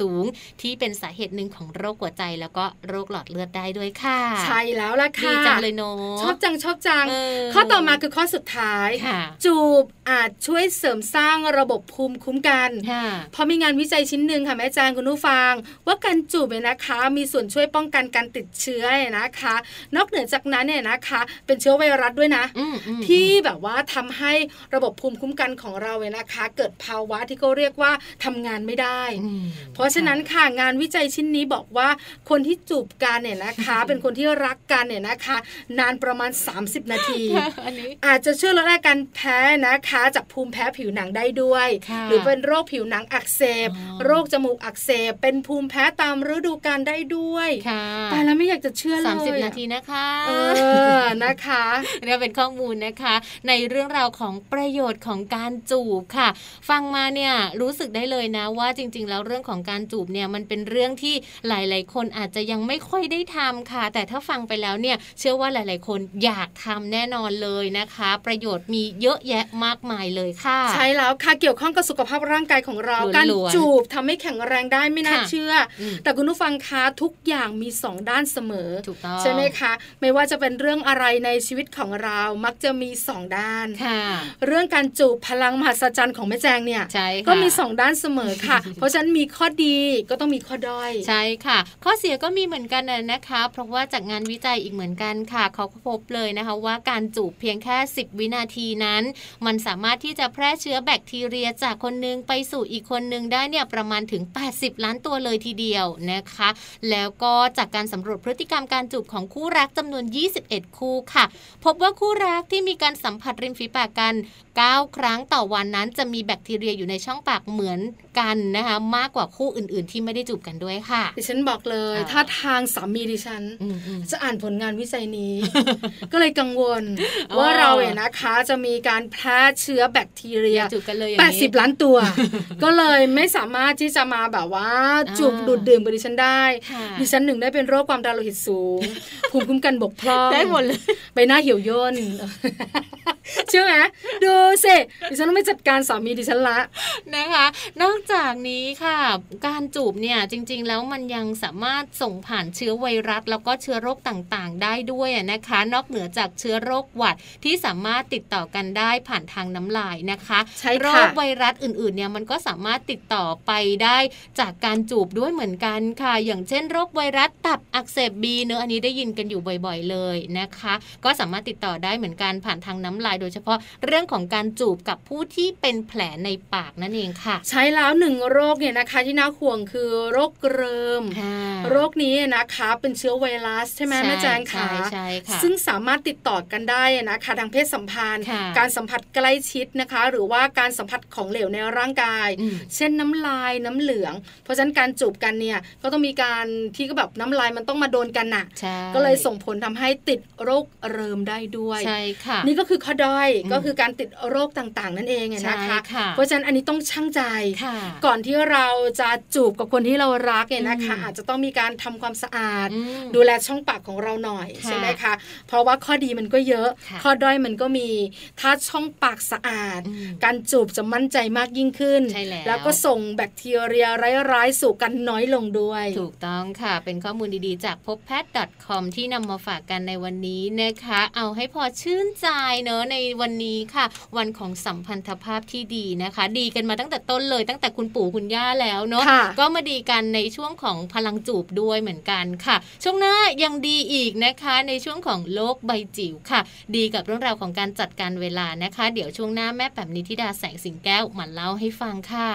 ที่เป็นสาเหตุหนึ่งของโรคหัวใจแล้วก็โรคหลอดเลือดได้ด้วยค่ะใช่แล้วล่ะค่ะดีจังเลยเนาะชอบจังชอบจังข้อต่อมาคือข้อสุดท้ายจูบอาจช่วยเสริมสร้างระบบภูมิคุ้มกันเพราะมีงานวิจัยชิ้นหนึ่งค่ะแม่แจงคุณผู้ฟังว่าการจูบเนี่ยนะคะมีส่วนช่วยป้องกันการติดเชื้อนะคะนอกเหนือจากนั้นเนี่ยนะคะเป็นเชื้อไวรัสด้วยนะที่แบบว่าทำให้ระบบภูมิคุ้มกันของเราเนี่ยนะคะเกิดภาวะที่เขาเรียกว่าทำงานไม่ได้เพราะฉะนั้นค่ะงานวิจัยชิ้นนี้บอกว่าคนที่จูบกันเนี่ยนะคะเป็นคนที่รักกันเนี่ยนะคะนานประมาณสามสิบนาทีอาจจะช่วยลดอาการแพ้นะคะจากภูมิแพ้ผิวหนังได้ด้วยหรือเป็นโรคผิวหนังอักเสบโรคจมูกอักเสบเป็นภูมิแพ้ตามฤดูกาลได้ด้วยแต่แล้วไม่อยากจะเชื่อเลยสามสิบนาทีนะคะเออนะคะเนี่ยเป็นข้อมูลนะคะในเรื่องราวของประโยชน์ของการจูบค่ะฟังมาเนี่ยรู้สึกได้เลยนะว่าจริงๆแล้วเรื่องของการจูบเนี่ยมันเป็นเรื่องที่หลายๆคนอาจจะยังไม่ค่อยได้ทำค่ะแต่ถ้าฟังไปแล้วเนี่ยเชื่อว่าหลายๆคนอยากทำแน่นอนเลยนะคะประโยชน์มีเยอะแยะมากมายเลยค่ะใช่แล้วค่ะเกี่ยวข้องกับสุขภาพร่างกายของเราการจูบทำให้แข็งแรงได้ไม่น่าเชื่อแต่คุณผู้ฟังคะทุกอย่างมีสองด้านเสมอใช่ไหมคะไม่ว่าจะเป็นเรื่องอะไรในชีวิตของเรามักจะมีสองด้านเรื่องการจูบพลังมหัศจรรย์ของแม่แจงเนี่ยก็มีสองด้านเสมอค่ะเพราะฉะนั้นมีข้อดีก็ต้องมีข้อด้อยใช่ค่ะข้อเสียก็มีเหมือนกันนะคะเพราะว่าจากงานวิจัยอีกเหมือนกันค่ะเขาพบเลยนะคะว่าการจูบเพียงแค่สิบวินาทีนั้นมันสามารถที่จะแพร่เชื้อแบคทีเรียจากคนนึงไปสู่อีกคนนึงได้เนี่ยประมาณถึงแปดสิบล้านตัวเลยทีเดียวนะคะแล้วก็จากการสำรวจพฤติกรรมการจูบของคู่รักจำนวนยี่สิบเอ็ดคู่ค่ะพบว่าคู่รักที่มีการสัมผัสริมฝีปากกันเก้าครั้งต่อวันนั้นจะมีแบคทีเรียอยู่ในช่องปากเหมือนกันนะคะมากกว่าคู่อื่นๆที่ไม่ได้จูบกันด้วยค่ะดิฉันบอกเลยถ้าทางสามีดิฉันจะอ่านผลงานวิจัยนี้ ก็เลยกังวลว่าเราเนี่ยนะคะจะมีการแพร่เชื้อแบคทีเรียแปดสิบล้านตัว ก็เลยไม่สามารถที่จะมาแบบว่าจูบดูดดื่มกับดิฉันได้ดิฉันหนึ่งได้เป็นโรคความดันโลหิตสูงภูมิคุ้มกันบกพร่องได้หมดเลยใบหน้าเหี่ยวย่นเชื่อไหมดูสิดิฉันต้องไม่จัดการสามีดิฉันละนะคะนอกจากนี้ค่ะการจูบเนี่ยจริงๆแล้วมันยังสามารถส่งผ่านเชื้อไวรัสแล้วก็เชื้อโรคต่างๆได้ด้วยนะคะนอกเหนือจากเชื้อโรคหวัดที่สามารถติดต่อกันได้ผ่านทางน้ำลายนะคะโรคไวรัสอื่นๆเนี่ยมันก็สามารถติดต่อไปได้จากการจูบด้วยเหมือนกันค่ะอย่างเช่นโรคไวรัสตับอักเสบบีเนอะอันนี้ได้ยินกันอยู่บ่อยๆเลยนะคะก็สามารถติดต่อได้เหมือนกันผ่านทางน้ำลายโดยเฉพาะเรื่องของการจูบกับผู้ที่เป็นแผลในปากนั่นเองค่ะใช้แล้วหนึ่งโรคเนี่ยนะคะที่น่าห่วงคือโรคเริมโรคนี้นะคะเป็นเชื้อไวรัสใช่ไหมแม่แจงค่ะซึ่งสามารถติดต่อกันได้นะคะทางเพศสัมพันธ์การสัมผัสใกล้ชิดนะคะหรือว่าการสัมผัสของเหลวในร่างกายเช่นน้ำลายน้ำเหลืองเพราะฉะนั้นการจูบกันเนี่ยก็ต้องมีการที่ก็แบบน้ำลายมันต้องมาโดนกันน่ะก็เลยส่งผลทำให้ติดโรคเริมได้ด้วยใช่ค่ะนี่ก็คือข้อด้อยก็คือการติดโรคต่างๆนั่นเองนะคะเพราะฉะนั้นอันนี้ต้องชั่งใจก่อนที่เราจะจูบกับคนที่เรารักเนี่ยนะคะอาจจะต้องมีการทำความสะอาดดูแลช่องปากของเราหน่อยใช่ไหมคะเพราะว่าข้อดีมันก็เยอะข้อด้อยมันก็มีถ้าช่องปากสะอาดการจูบจะมั่นใจมากยิ่งขึ้นแล้วก็ส่งแบคทีเรียร้ายๆสู่กันน้อยลงด้วยถูกต้องค่ะเป็นข้อมูลดีๆจากพบแพทย์ .com ที่นำมาฝากกันในวันนี้นะคะเอาให้พอชื่นใจเนอะในวันนี้ค่ะวันของสัมพันธภาพที่ดีนะคะดีกันมาตั้งแต่ต้นเลยตั้งแต่คุณปู่คุณย่าแล้วเนอะก็มาดีกันในช่วงของพลังจูบด้วยเหมือนกันค่ะช่วงหน้ายังดีอีกนะคะในช่วงของโลกใบจิ๋วค่ะดีกับเรื่องราวของการจัดการเวลานะคะเดี๋ยวช่วงหน้าแม่แป๋มนิธิดาแสงสิงแก้วมาเล่าให้ฟังค่ะ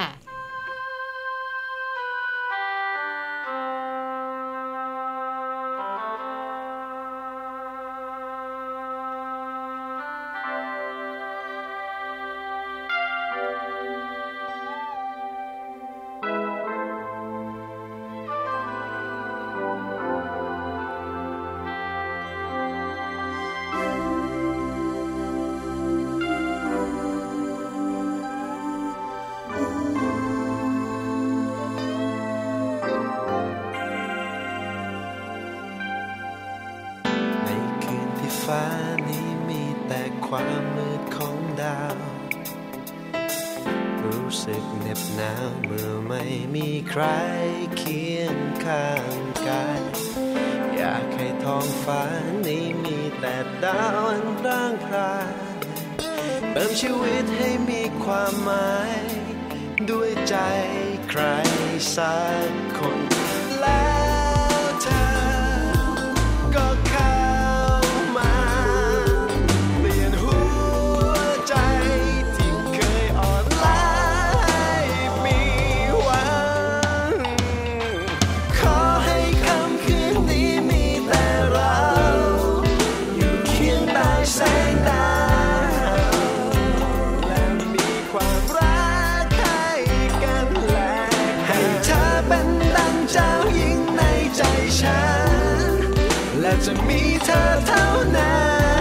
ฟ้านี้มีแต่ความมืดของดาวรู้สึกเหน็บหนาวเมื่อไม่มีใครเคียงข้างกายอยากให้ท้องฟ้านี้มีแต่ดาวอันร่างพรายเติมชีวิตให้มีความหมายด้วยใจใครสักคนแล้วเธอก็เข้ามาเปลี่ยนหัวใจที่เคยอ่อนล้าให้มีหวังขอให้ค่ำคืนนี้มีแต่เราอยู่เคียงใต้แสงดาวและมีความรักให้กันและให้เธอเป็นดังเจ้าหญิงในใจฉันและจะมีเธอเท่านั้น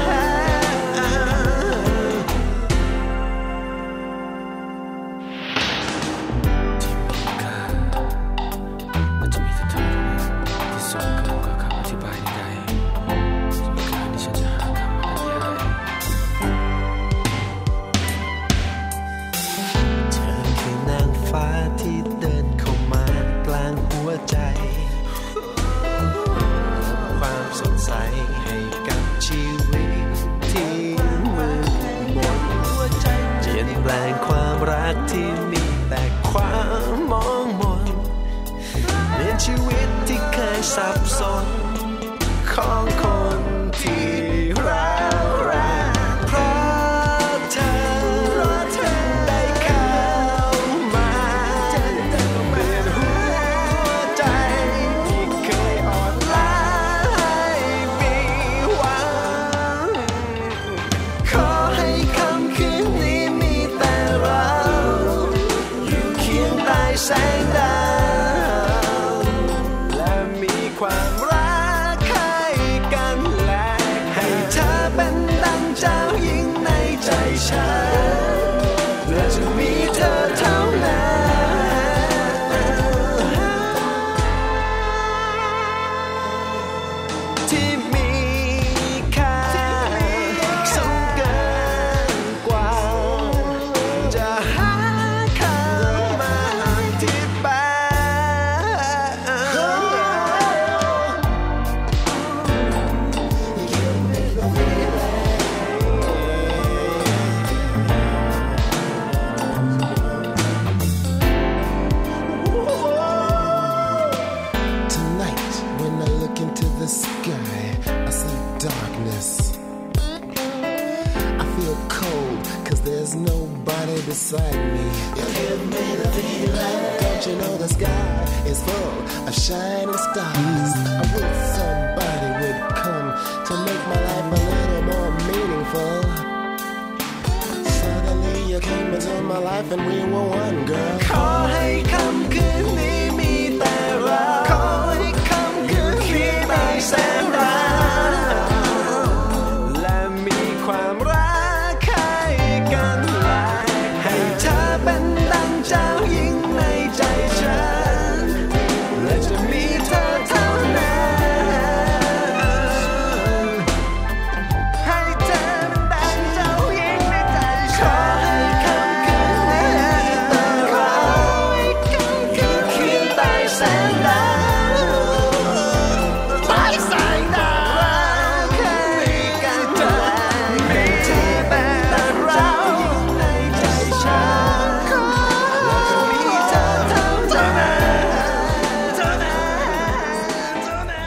ให้กับชีวิตที่มืดมนเปลี่ยนแปลงความรักที่มีแต่ความมองมนเปลี่ยนชีวิตที่เคยสับสนของคนที่ร้าวแรงเพราะเธอได้เข้ามาเปลี่ยนหัวใจที่เคยอ่อนล้าขอให้ค่ำคืนนี้มีแต่เราอยู่เคียงใต้แสงดาวและมีความรักให้กันและให้เธอเป็นดังเจ้าหญิงในใจฉันและจะมีเธอเท่านั้นที่มีค่าสูงเกินกว่าจะหาคำมาอธิบาย Tonight when I look into the sky I see darkness I feel cold cause there's nobody beside me You give me the feeling Don't you know the sky is full of shining stars I wish somebody would come to make my life a little more meaningful Suddenly you came into my life and we were one girl ขอให้ค่ำคืนนี้มีแต่เราขอให้ค่ำคืนนี้มีแสงดาวและมีความรักให้กันและให้เธอเป็นดังเจ้าหญิงในใจฉันและจะมีเธอเท่านั้นให้เธอเป็นดังเจ้าหญิงในใจฉันขอให้ค่ำคืนนี้มีแต่เราอยู่เคียงใต้แสงดาวใต้แสงดาวให้กันและให้เธอเป็นดังเราในใจฉันและจะมีเธอเท่านั้นเท่านั้นเท่านั้น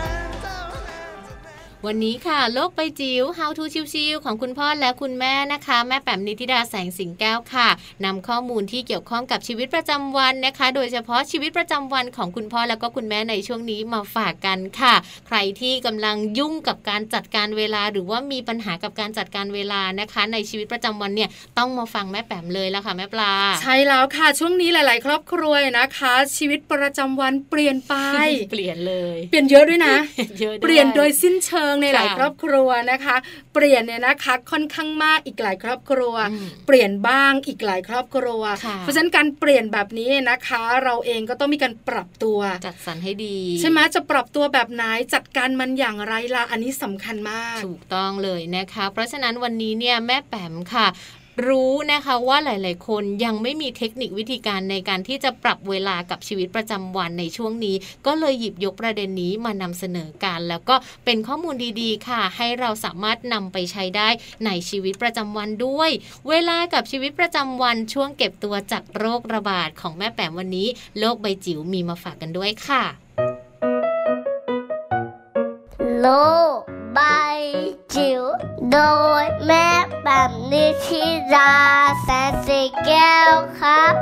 วันนี้ค่ะโลกใบจิ๋ว How to ชิวๆของคุณพ่อและคุณแม่นะคะแม่แป๋มนิติดาแสงสิงแก้วค่ะนำข้อมูลที่เกี่ยวข้องกับชีวิตประจำวันนะคะโดยเฉพาะชีวิตประจำวันของคุณพ่อและก็คุณแม่ในช่วงนี้มาฝากกันค่ะใครที่กำลังยุ่งกับการจัดการเวลาหรือว่ามีปัญหากับการจัดการเวลานะคะในชีวิตประจำวันเนี่ยต้องมาฟังแม่แป๋มเลยละค่ะแม่ปลาใช่แล้วค่ะช่วงนี้หลายๆครอบครัวนะคะชีวิตประจำวันเปลี่ยนไปเปลี่ยนเลยเปลี่ยนเยอะด้วยนะเยอะด้วยเปลี่ยนโดยสิ้นเชิงในหลายครอบครัวนะคะเปลี่ยนเนี่ยนะคะค่อนข้างมากอีกหลายครอบครัวเปลี่ยนบ้างอีกหลายครอบครัวเพราะฉะนั้นการเปลี่ยนแบบนี้นะคะเราเองก็ต้องมีการปรับตัวจัดสรรให้ดีใช่ไหมจะปรับตัวแบบไหนจัดการมันอย่างไรล่ะอันนี้สำคัญมากถูกต้องเลยนะคะเพราะฉะนั้นวันนี้เนี่ยแม่แป๋มค่ะรู้นะคะว่าหลายๆคนยังไม่มีเทคนิควิธีการในการที่จะปรับเวลากับชีวิตประจำวันในช่วงนี้ก็เลยหยิบยกประเด็นนี้มานำเสนอกันแล้วก็เป็นข้อมูลดีๆค่ะให้เราสามารถนำไปใช้ได้ในชีวิตประจำวันด้วยเวลากับชีวิตประจำวันช่วงเก็บตัวจากโรคระบาดของแม่แป๋มวันนี้โลกใบจิ๋วมีมาฝากกันด้วยค่ะโลกใบจิ๋วโดยแม่แป๋มนิธิราแสนสีแก้วครับ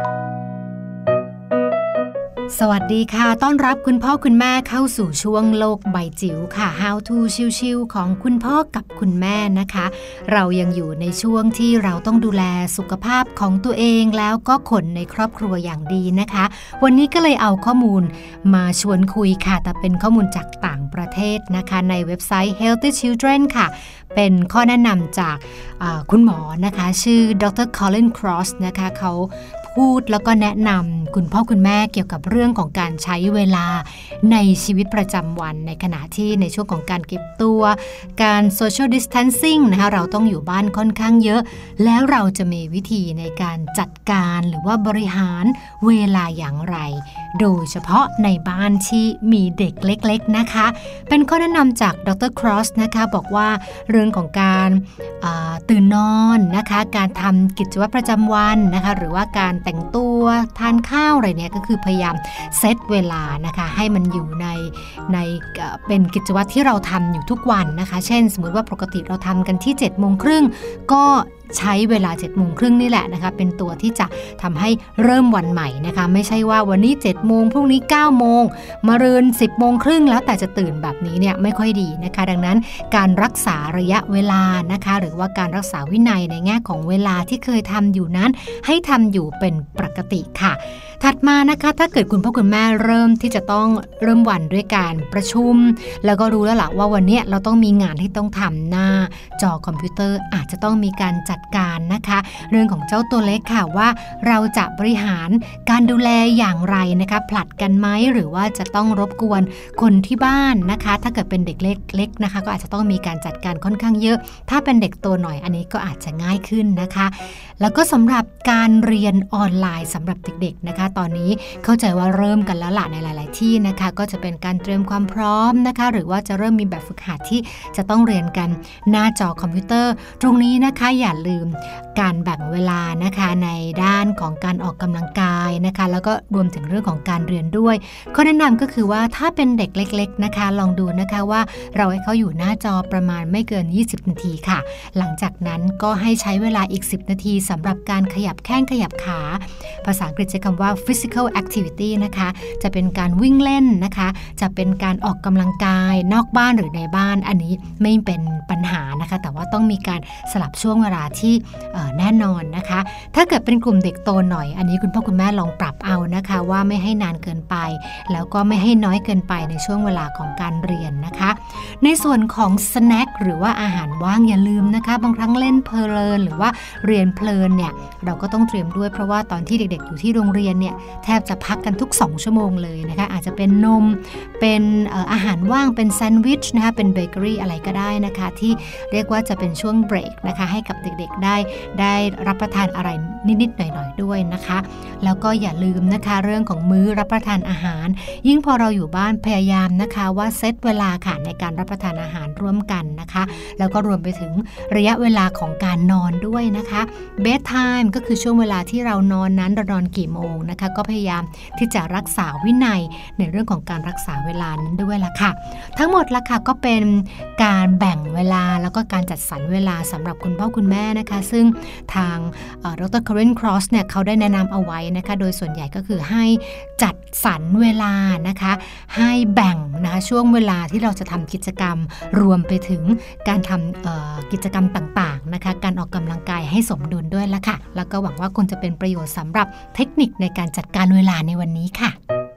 สวัสดีค่ะต้อนรับคุณพ่อคุณแม่เข้าสู่ช่วงโลกใบจิ๋วค่ะ How to ชิวๆของคุณพ่อกับคุณแม่นะคะเรายังอยู่ในช่วงที่เราต้องดูแลสุขภาพของตัวเองแล้วก็คนในครอบครัวอย่างดีนะคะวันนี้ก็เลยเอาข้อมูลมาชวนคุยค่ะแต่เป็นข้อมูลจากต่างประเทศนะคะในเว็บไซต์ Healthy Children ค่ะเป็นข้อแนะนำจากคุณหมอนะคะชื่อดร. Colin Cross นะคะเขาพูดแล้วก็แนะนำคุณพ่อคุณแม่เกี่ยวกับเรื่องของการใช้เวลาในชีวิตประจำวันในขณะที่ในช่วงของการเก็บตัวการ social distancing นะคะเราต้องอยู่บ้านค่อนข้างเยอะแล้วเราจะมีวิธีในการจัดการหรือว่าบริหารเวลาอย่างไรโดยเฉพาะในบ้านที่มีเด็กเล็กๆนะคะเป็นข้อแนะนำจากดร. Cross นะคะบอกว่าเรื่องของการตื่นนอนนะคะการทำกิจวัตรประจำวันนะคะหรือว่าการแต่งตัวทานข้าวอะไรเนี่ยก็คือพยายามเซตเวลานะคะให้มันอยู่ในในเป็นกิจวัตรที่เราทำอยู่ทุกวันนะคะเช่นสมมติว่าปกติเราทำกันที่เจ็ดโมงครึ่งก็ใช้เวลาเจ็ดโมงครึ่งนี่แหละนะคะเป็นตัวที่จะทำให้เริ่มวันใหม่นะคะไม่ใช่ว่าวันนี้เจ็ดโมงพรุ่งนี้เก้าโมงมะรืนสิบโมงครึ่งแล้วแต่จะตื่นแบบนี้เนี่ยไม่ค่อยดีนะคะดังนั้นการรักษาระยะเวลานะคะหรือว่าการรักษาวินัยในแง่ของเวลาที่เคยทำอยู่นั้นให้ทำอยู่เป็นปกติค่ะถัดมานะคะถ้าเกิดคุณพ่อคุณแม่เริ่มที่จะต้องเริ่มวันด้วยการประชุมแล้วก็รู้แล้วล่ะว่าวันนี้เราต้องมีงานที่ต้องทำหน้าจอคอมพิวเตอร์อาจจะต้องมีการจัดการนะคะเรื่องของเจ้าตัวเล็กค่ะว่าเราจะบริหารการดูแลอย่างไรนะคะผลัดกันไหมหรือว่าจะต้องรบกวนคนที่บ้านนะคะถ้าเกิดเป็นเด็กเล็กๆนะคะก็อาจจะต้องมีการจัดการค่อนข้างเยอะถ้าเป็นเด็กโตหน่อยอันนี้ก็อาจจะง่ายขึ้นนะคะแล้วก็สำหรับการเรียนออนไลน์สำหรับเด็กๆนะคะตอนนี้เข้าใจว่าเริ่มกันแล้วล่ะในหลายๆที่นะคะก็จะเป็นการเตรียมความพร้อมนะคะหรือว่าจะเริ่มมีแบบฝึกหัดที่จะต้องเรียนกันหน้าจอคอมพิวเตอร์ตรงนี้นะคะอย่าลืมการแบ่งเวลานะคะในด้านของการออกกำลังกายนะคะแล้วก็รวมถึงเรื่องของการเรียนด้วยข้อแนะนำก็คือว่าถ้าเป็นเด็กเล็กๆนะคะลองดูนะคะว่าเราให้เขาอยู่หน้าจอประมาณไม่เกินยี่สิบนาทีค่ะหลังจากนั้นก็ให้ใช้เวลาอีกสิบนาทีสำหรับการขยับแข้งขยับขาภาษาอังกฤษใช้คำว่า physical activity นะคะจะเป็นการวิ่งเล่นนะคะจะเป็นการออกกำลังกายนอกบ้านหรือในบ้านอันนี้ไม่เป็นปัญหานะคะแต่ว่าต้องมีการสลับช่วงเวลาที่แน่นอนนะคะถ้าเกิดเป็นกลุ่มเด็กโตหน่อยอันนี้คุณพ่อคุณแม่ลองปรับเอานะคะว่าไม่ให้นานเกินไปแล้วก็ไม่ให้น้อยเกินไปในช่วงเวลาของการเรียนนะคะในส่วนของสแน็คหรือว่าอาหารว่างอย่าลืมนะคะบางครั้งเล่นเพลินหรือว่าเรียนเพลินเนี่ยเราก็ต้องเตรียมด้วยเพราะว่าตอนที่เด็กๆอยู่ที่โรงเรียนเนี่ยแทบจะพักกันทุกสองชั่วโมงเลยนะคะอาจจะเป็นนมเป็นอาหารว่างเป็นแซนด์วิชนะคะเป็นเบเกอรี่อะไรก็ได้นะคะที่เรียกว่าจะเป็นช่วงเบรกนะคะให้กับเด็กๆได้ได้รับประทานอะไรนิดๆหน่อยๆด้วยนะคะแล้วก็อย่าลืมนะคะเรื่องของมื้อรับประทานอาหารยิ่งพอเราอยู่บ้านพยายามนะคะว่าเซตเวลาค่ะในการรับประทานอาหารร่วมกันนะคะแล้วก็รวมไปถึงระยะเวลาของการนอนด้วยนะคะเบดไทม์ก็คือช่วงเวลาที่เรานอนนั้นเรานอนกี่โมงนะคะก็พยายามที่จะรักษาวินัยในเรื่องของการรักษาเวลานั้นด้วยล่ะค่ะทั้งหมดล่ะค่ะก็เป็นการแบ่งเวลาแล้วก็การจัดสรรเวลาสำหรับคุณพ่อคุณแม่นะคะซึ่งทางดร. Colin Cross เนี่ยเขาได้แนะนำเอาไว้นะคะโดยส่วนใหญ่ก็คือให้จัดสรรเวลานะคะให้แบ่งนะคะช่วงเวลาที่เราจะทำกิจกรรมรวมไปถึงการทำกิจกรรมต่างๆนะคะการออกกำลังกายให้สมดุลด้วยละค่ะแล้วก็หวังว่าคงจะเป็นประโยชน์สำหรับเทคนิคในการจัดการเวลาในวันนี้ค่ะ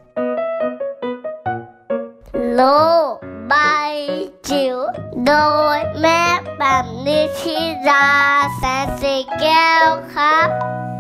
โลกใบจิ๋วโดยแม่แป๋มนิธิราแสนสีแก้วครับข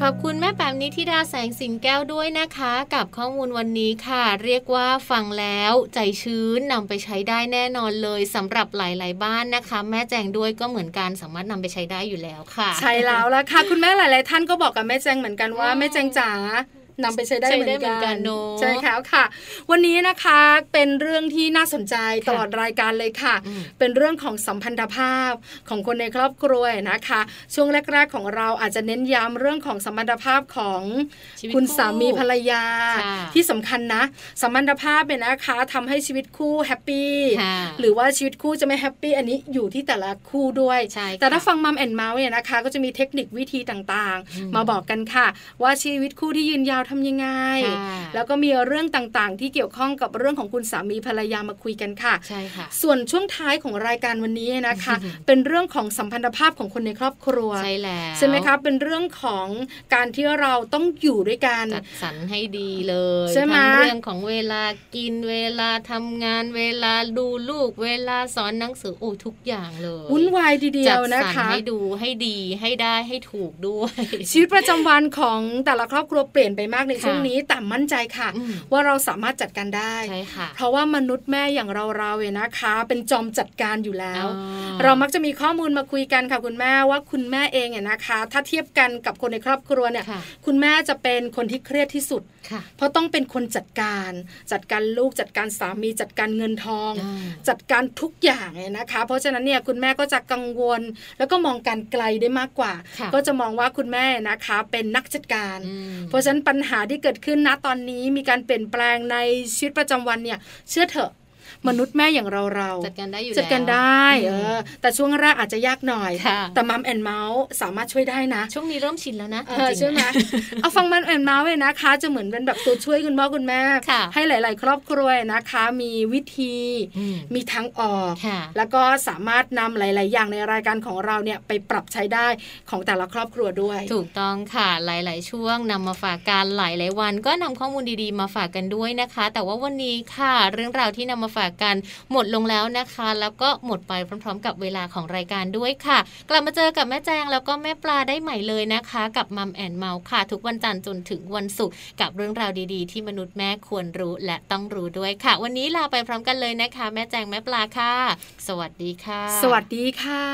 ขอบคุณแม่แปมนิธิดาแสงสิงแก้วด้วยนะคะกับข้อมูลวันนี้ค่ะเรียกว่าฟังแล้วใจชื้นนำไปใช้ได้แน่นอนเลยสำหรับหลายๆบ้านนะคะแม่แจงด้วยก็เหมือนกันสามารถนำไปใช้ได้อยู่แล้วค่ะใช่แล้วล่ะค่ะคุณแม่หลายๆท่านก็บอกกับแม่แจงเหมือนกันว่าแม่แจงจ๋านำไปใช้ได้เหมือนกันใช่แล้วค่ะวันนี้นะคะเป็นเรื่องที่น่าสนใจตลอดรายการเลยค่ะเป็นเรื่องของสัมพันธภาพของคนในครอบครัวนะคะช่วงแรกๆของเราอาจจะเน้นย้ำเรื่องของสัมพันธภาพของคุณสามีภรรยาที่สำคัญนะสัมพันธภาพเนี่ยนะคะทำให้ชีวิตคู่แฮปปี้หรือว่าชีวิตคู่จะไม่แฮปปี้อันนี้อยู่ที่แต่ละคู่ด้วยแต่ถ้าฟังมัมแอนด์เมาส์เนี่ยนะคะก็จะมีเทคนิควิธีต่างๆมาบอกกันค่ะว่าชีวิตคู่ที่ยืนยาวทำยังไงแล้วก็มีเรื่องต่างๆที่เกี่ยวข้องกับเรื่องของคุณสามีภรรยามาคุยกันค่ะใช่ค่ะส่วนช่วงท้ายของรายการวันนี้นะคะ เป็นเรื่องของสัมพันธภาพของคนในครอบครัวใช่แล้วใช่ไหมคะเป็นเรื่องของการที่เราต้องอยู่ด้วยกันจัดสรรให้ดีเลยทั้งเรื่องของเวลากินเวลาทำงานเวลาดูลูกเวลาสอนหนังสือโอ้ทุกอย่างเลยวุ่นวายทีเดียวนะคะจัดสรรให้ดูให้ดีให้ได้ให้ถูกด้วยชีวิตประจำวันของแต่ละครอบครัวเปลี่ยนไปมากในช่วงนี้แต่มั่นใจค่ะว่าเราสามารถจัดการได้เพราะว่ามนุษย์แม่อย่างเราๆเนี่ยนะคะเป็นจอมจัดการอยู่แล้วเรามักจะมีข้อมูลมาคุยกันค่ะคุณแม่ว่าคุณแม่เองเนี่ยนะคะถ้าเทียบกันกับคนในครอบครัวเนี่ยคุณแม่จะเป็นคนที่เครียดที่สุดเพราะต้องเป็นคนจัดการจัดการลูกจัดการสามีจัดการเงินทองจัดการทุกอย่างเนี่ยนะคะเพราะฉะนั้นเนี่ยคุณแม่ก็จะกังวลแล้วก็มองการไกลได้มากกว่าก็จะมองว่าคุณแม่นะคะเป็นนักจัดการเพราะฉะนั้นปัญหาที่เกิดขึ้นณตอนนี้มีการเปลี่ยนแปลงในชีวิตประจำวันเนี่ยเชื่อเถอะมนุษย์แม่อย่างเราเราจัดการได้อยู่จัดการได้เออแต่ช่วงแรกอาจจะยากหน่อยแต่มัมแอนด์เมาส์สามารถช่วยได้นะช่วงนี้เริ่มชินแล้วนะจริงๆใช่ไหมเอาฟังมัมแอนด์เมาส์เลยนะคะจะเหมือนเป็นแบบตัวช่วยคุณพ่อคุณแม่ให้หลายๆครอบครัวนะคะมีวิธีมีทางออกแล้วก็สามารถนำหลายๆอย่างในรายการของเราเนี่ยไปปรับใช้ได้ของแต่ละครอบครัวด้วยถูกต้องค่ะหลายๆช่วงนำมาฝากกันหลายๆวันก็นำข้อมูลดีๆมาฝากกันด้วยนะคะแต่ว่าวันนี้ค่ะเรื่องราวที่นำมาฝากกันหมดลงแล้วนะคะแล้วก็หมดไปพร้อมๆกับเวลาของรายการด้วยค่ะกลับมาเจอกับแม่แจงแล้วก็แม่ปลาได้ใหม่เลยนะคะกับมัมแอนด์เมาส์ค่ะทุกวันจันทร์จนถึงวันศุกร์กับเรื่องราวดีๆที่มนุษย์แม่ควรรู้และต้องรู้ด้วยค่ะวันนี้ลาไปพร้อมกันเลยนะคะแม่แจงแม่ปลาค่ะสวัสดีค่ะสวัสดีค่ะ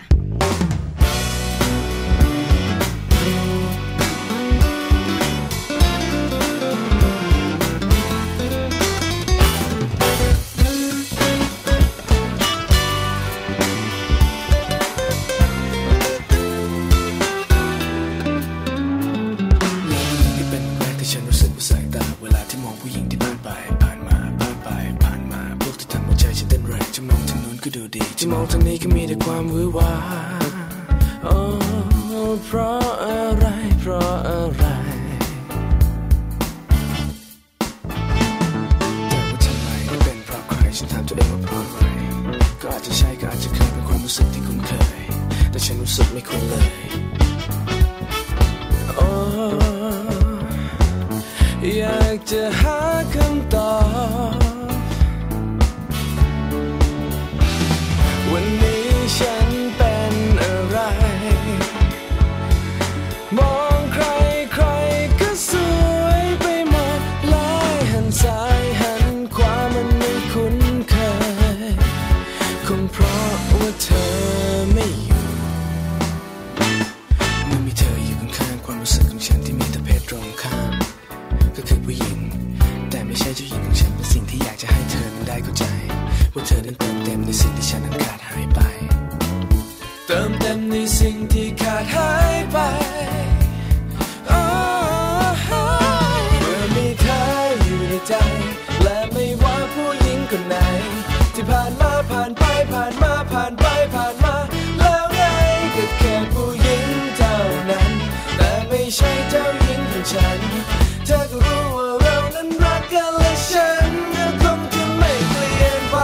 จะมองทางนี้ก็มีแต่ความหวือหวาโอ้เพราะอะไรเพราะอะไรแต่ว่าทำไมไม่เป็นเพราะใครฉันถามตัวเองว่าเพราะอะไรก็อาจจะใช่ก็อาจจะเคยเป็นความรู้สึกที่คุ้นเคยแต่ฉันรู้สึกไม่คุ้นเลยโอ้อยากจะหาคำตอบวันนี้ฉันเป็นอะไรมองใครใครก็สวยไปหมดหลายหันซ้ายหันขวามันไม่คุ้นเคยคงเพราะว่าเธอไม่อยู่เมื่อมีเธออยู่ข้างๆความรู้สึกของฉันที่มีแต่เพศตรงข้ามก็คือผู้หญิงแต่ไม่ใช่เจ้าหญิงของฉันเป็นสิ่งที่อยากจะให้เธอนั้นได้เข้าใจว่าเธอนั้นเติมเต็มในสิ่งที่ฉันนั้นขาดหายไปเติมเต็มในสิ่งที่ขาดหายไปเมื่อมีเธออยู่ในใจและไม่ว่าผู้หญิงคนไหนที่ผ่านมาผ่านไปผ่านมาผ่านไปผ่านมาแล้วไงก็แค่ผู้หญิงเท่านั้นแต่ไม่ใช่เจ้าหญิงของฉันเธอก็รู้ว่าเรานั้นรักกันและฉันก็คงจะไม่เปลี่ยนไป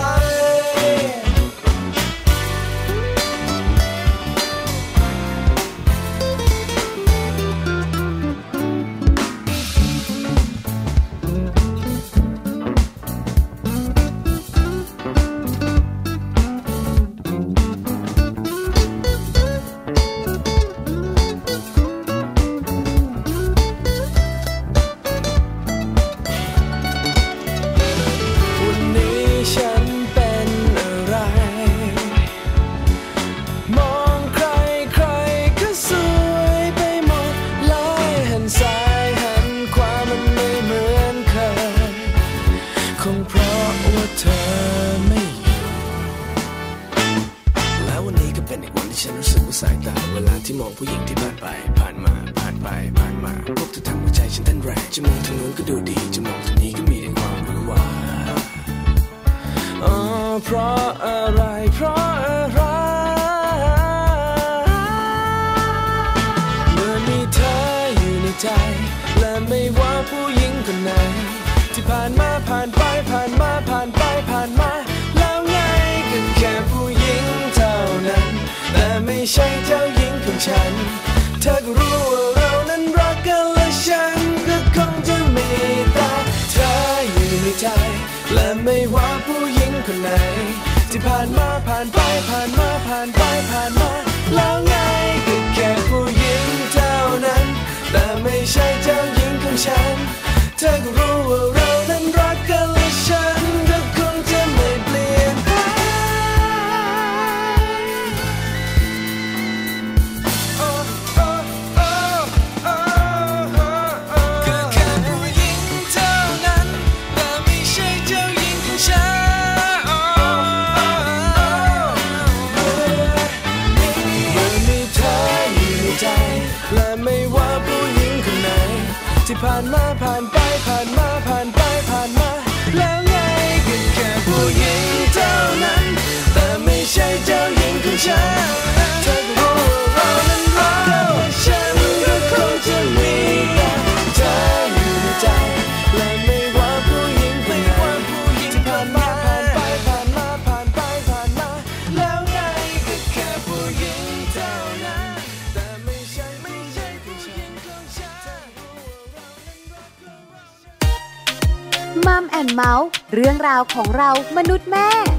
สายตาเวลาที่มองผู้หญิงที่ผ่านไปผ่านมาผ่านไปผ่านมาพวกเธอทำหัวใจฉันเต้นแรงจะมองทางโน้นก็ดูดีจะมองทางนี้ก็มีแต่ความหวือหวาอ๋อเพราะอะไรเพราะอะไรเมื่อมีเธออยู่ในใจและไม่ว่าผู้หญิงคนไหนที่ผ่านมาผ่านไปผ่านมาผ่านไปผ่านมาแล้วไงก็แค่ผู้หญิงเท่านั้นแต่ไม่ใช่เจ้าหญิงของฉันเธอก็รู้ว่าเรานั้นรักกันและฉันก็คงจะมีแต่เธออยู่ในใจและไม่ว่าผู้หญิงคนไหนที่ผ่านมาผ่านไปผ่านมาผ่านไปผ่านมาแล้วไงก็แค่ผู้หญิงเท่านั้นแต่ไม่ใช่เจ้าหญิงของฉันเธอก็รู้ว่าเรานั้นรักกันและฉันก็คงจะไม่เปลี่ยนไปก็แค่ผู้หญิงเท่านั้นแต่ไม่ใช่เจ้าหญิงของฉันเมื่อมีเธออยู่ในใจและไม่ว่าผู้หญิงคนไหนที่ผ่านมาผ่านไปผ่านมาผ่านไปผ่านมาแล้วไงก็แค่ผู้หญิงเท่านั้นแต่ไม่ใช่เจ้าหญิงของฉันเธอก็รู้ว่าเรานั้นรักกันและฉันก็คงจะมีแต่เธออยู่ในใจและไม่ว่าผู้หญิงคนไหนที่ผ่านมาผ่านไปผ่านมาผ่านไปผ่านมาแล้วไงก็แค่ผู้หญิงเท่านั้นแต่ไม่ใช่ไม่ใช่ผู้หญิงของฉันมัมแอนเมาส์เรื่องราวของเรามนุษย์แม่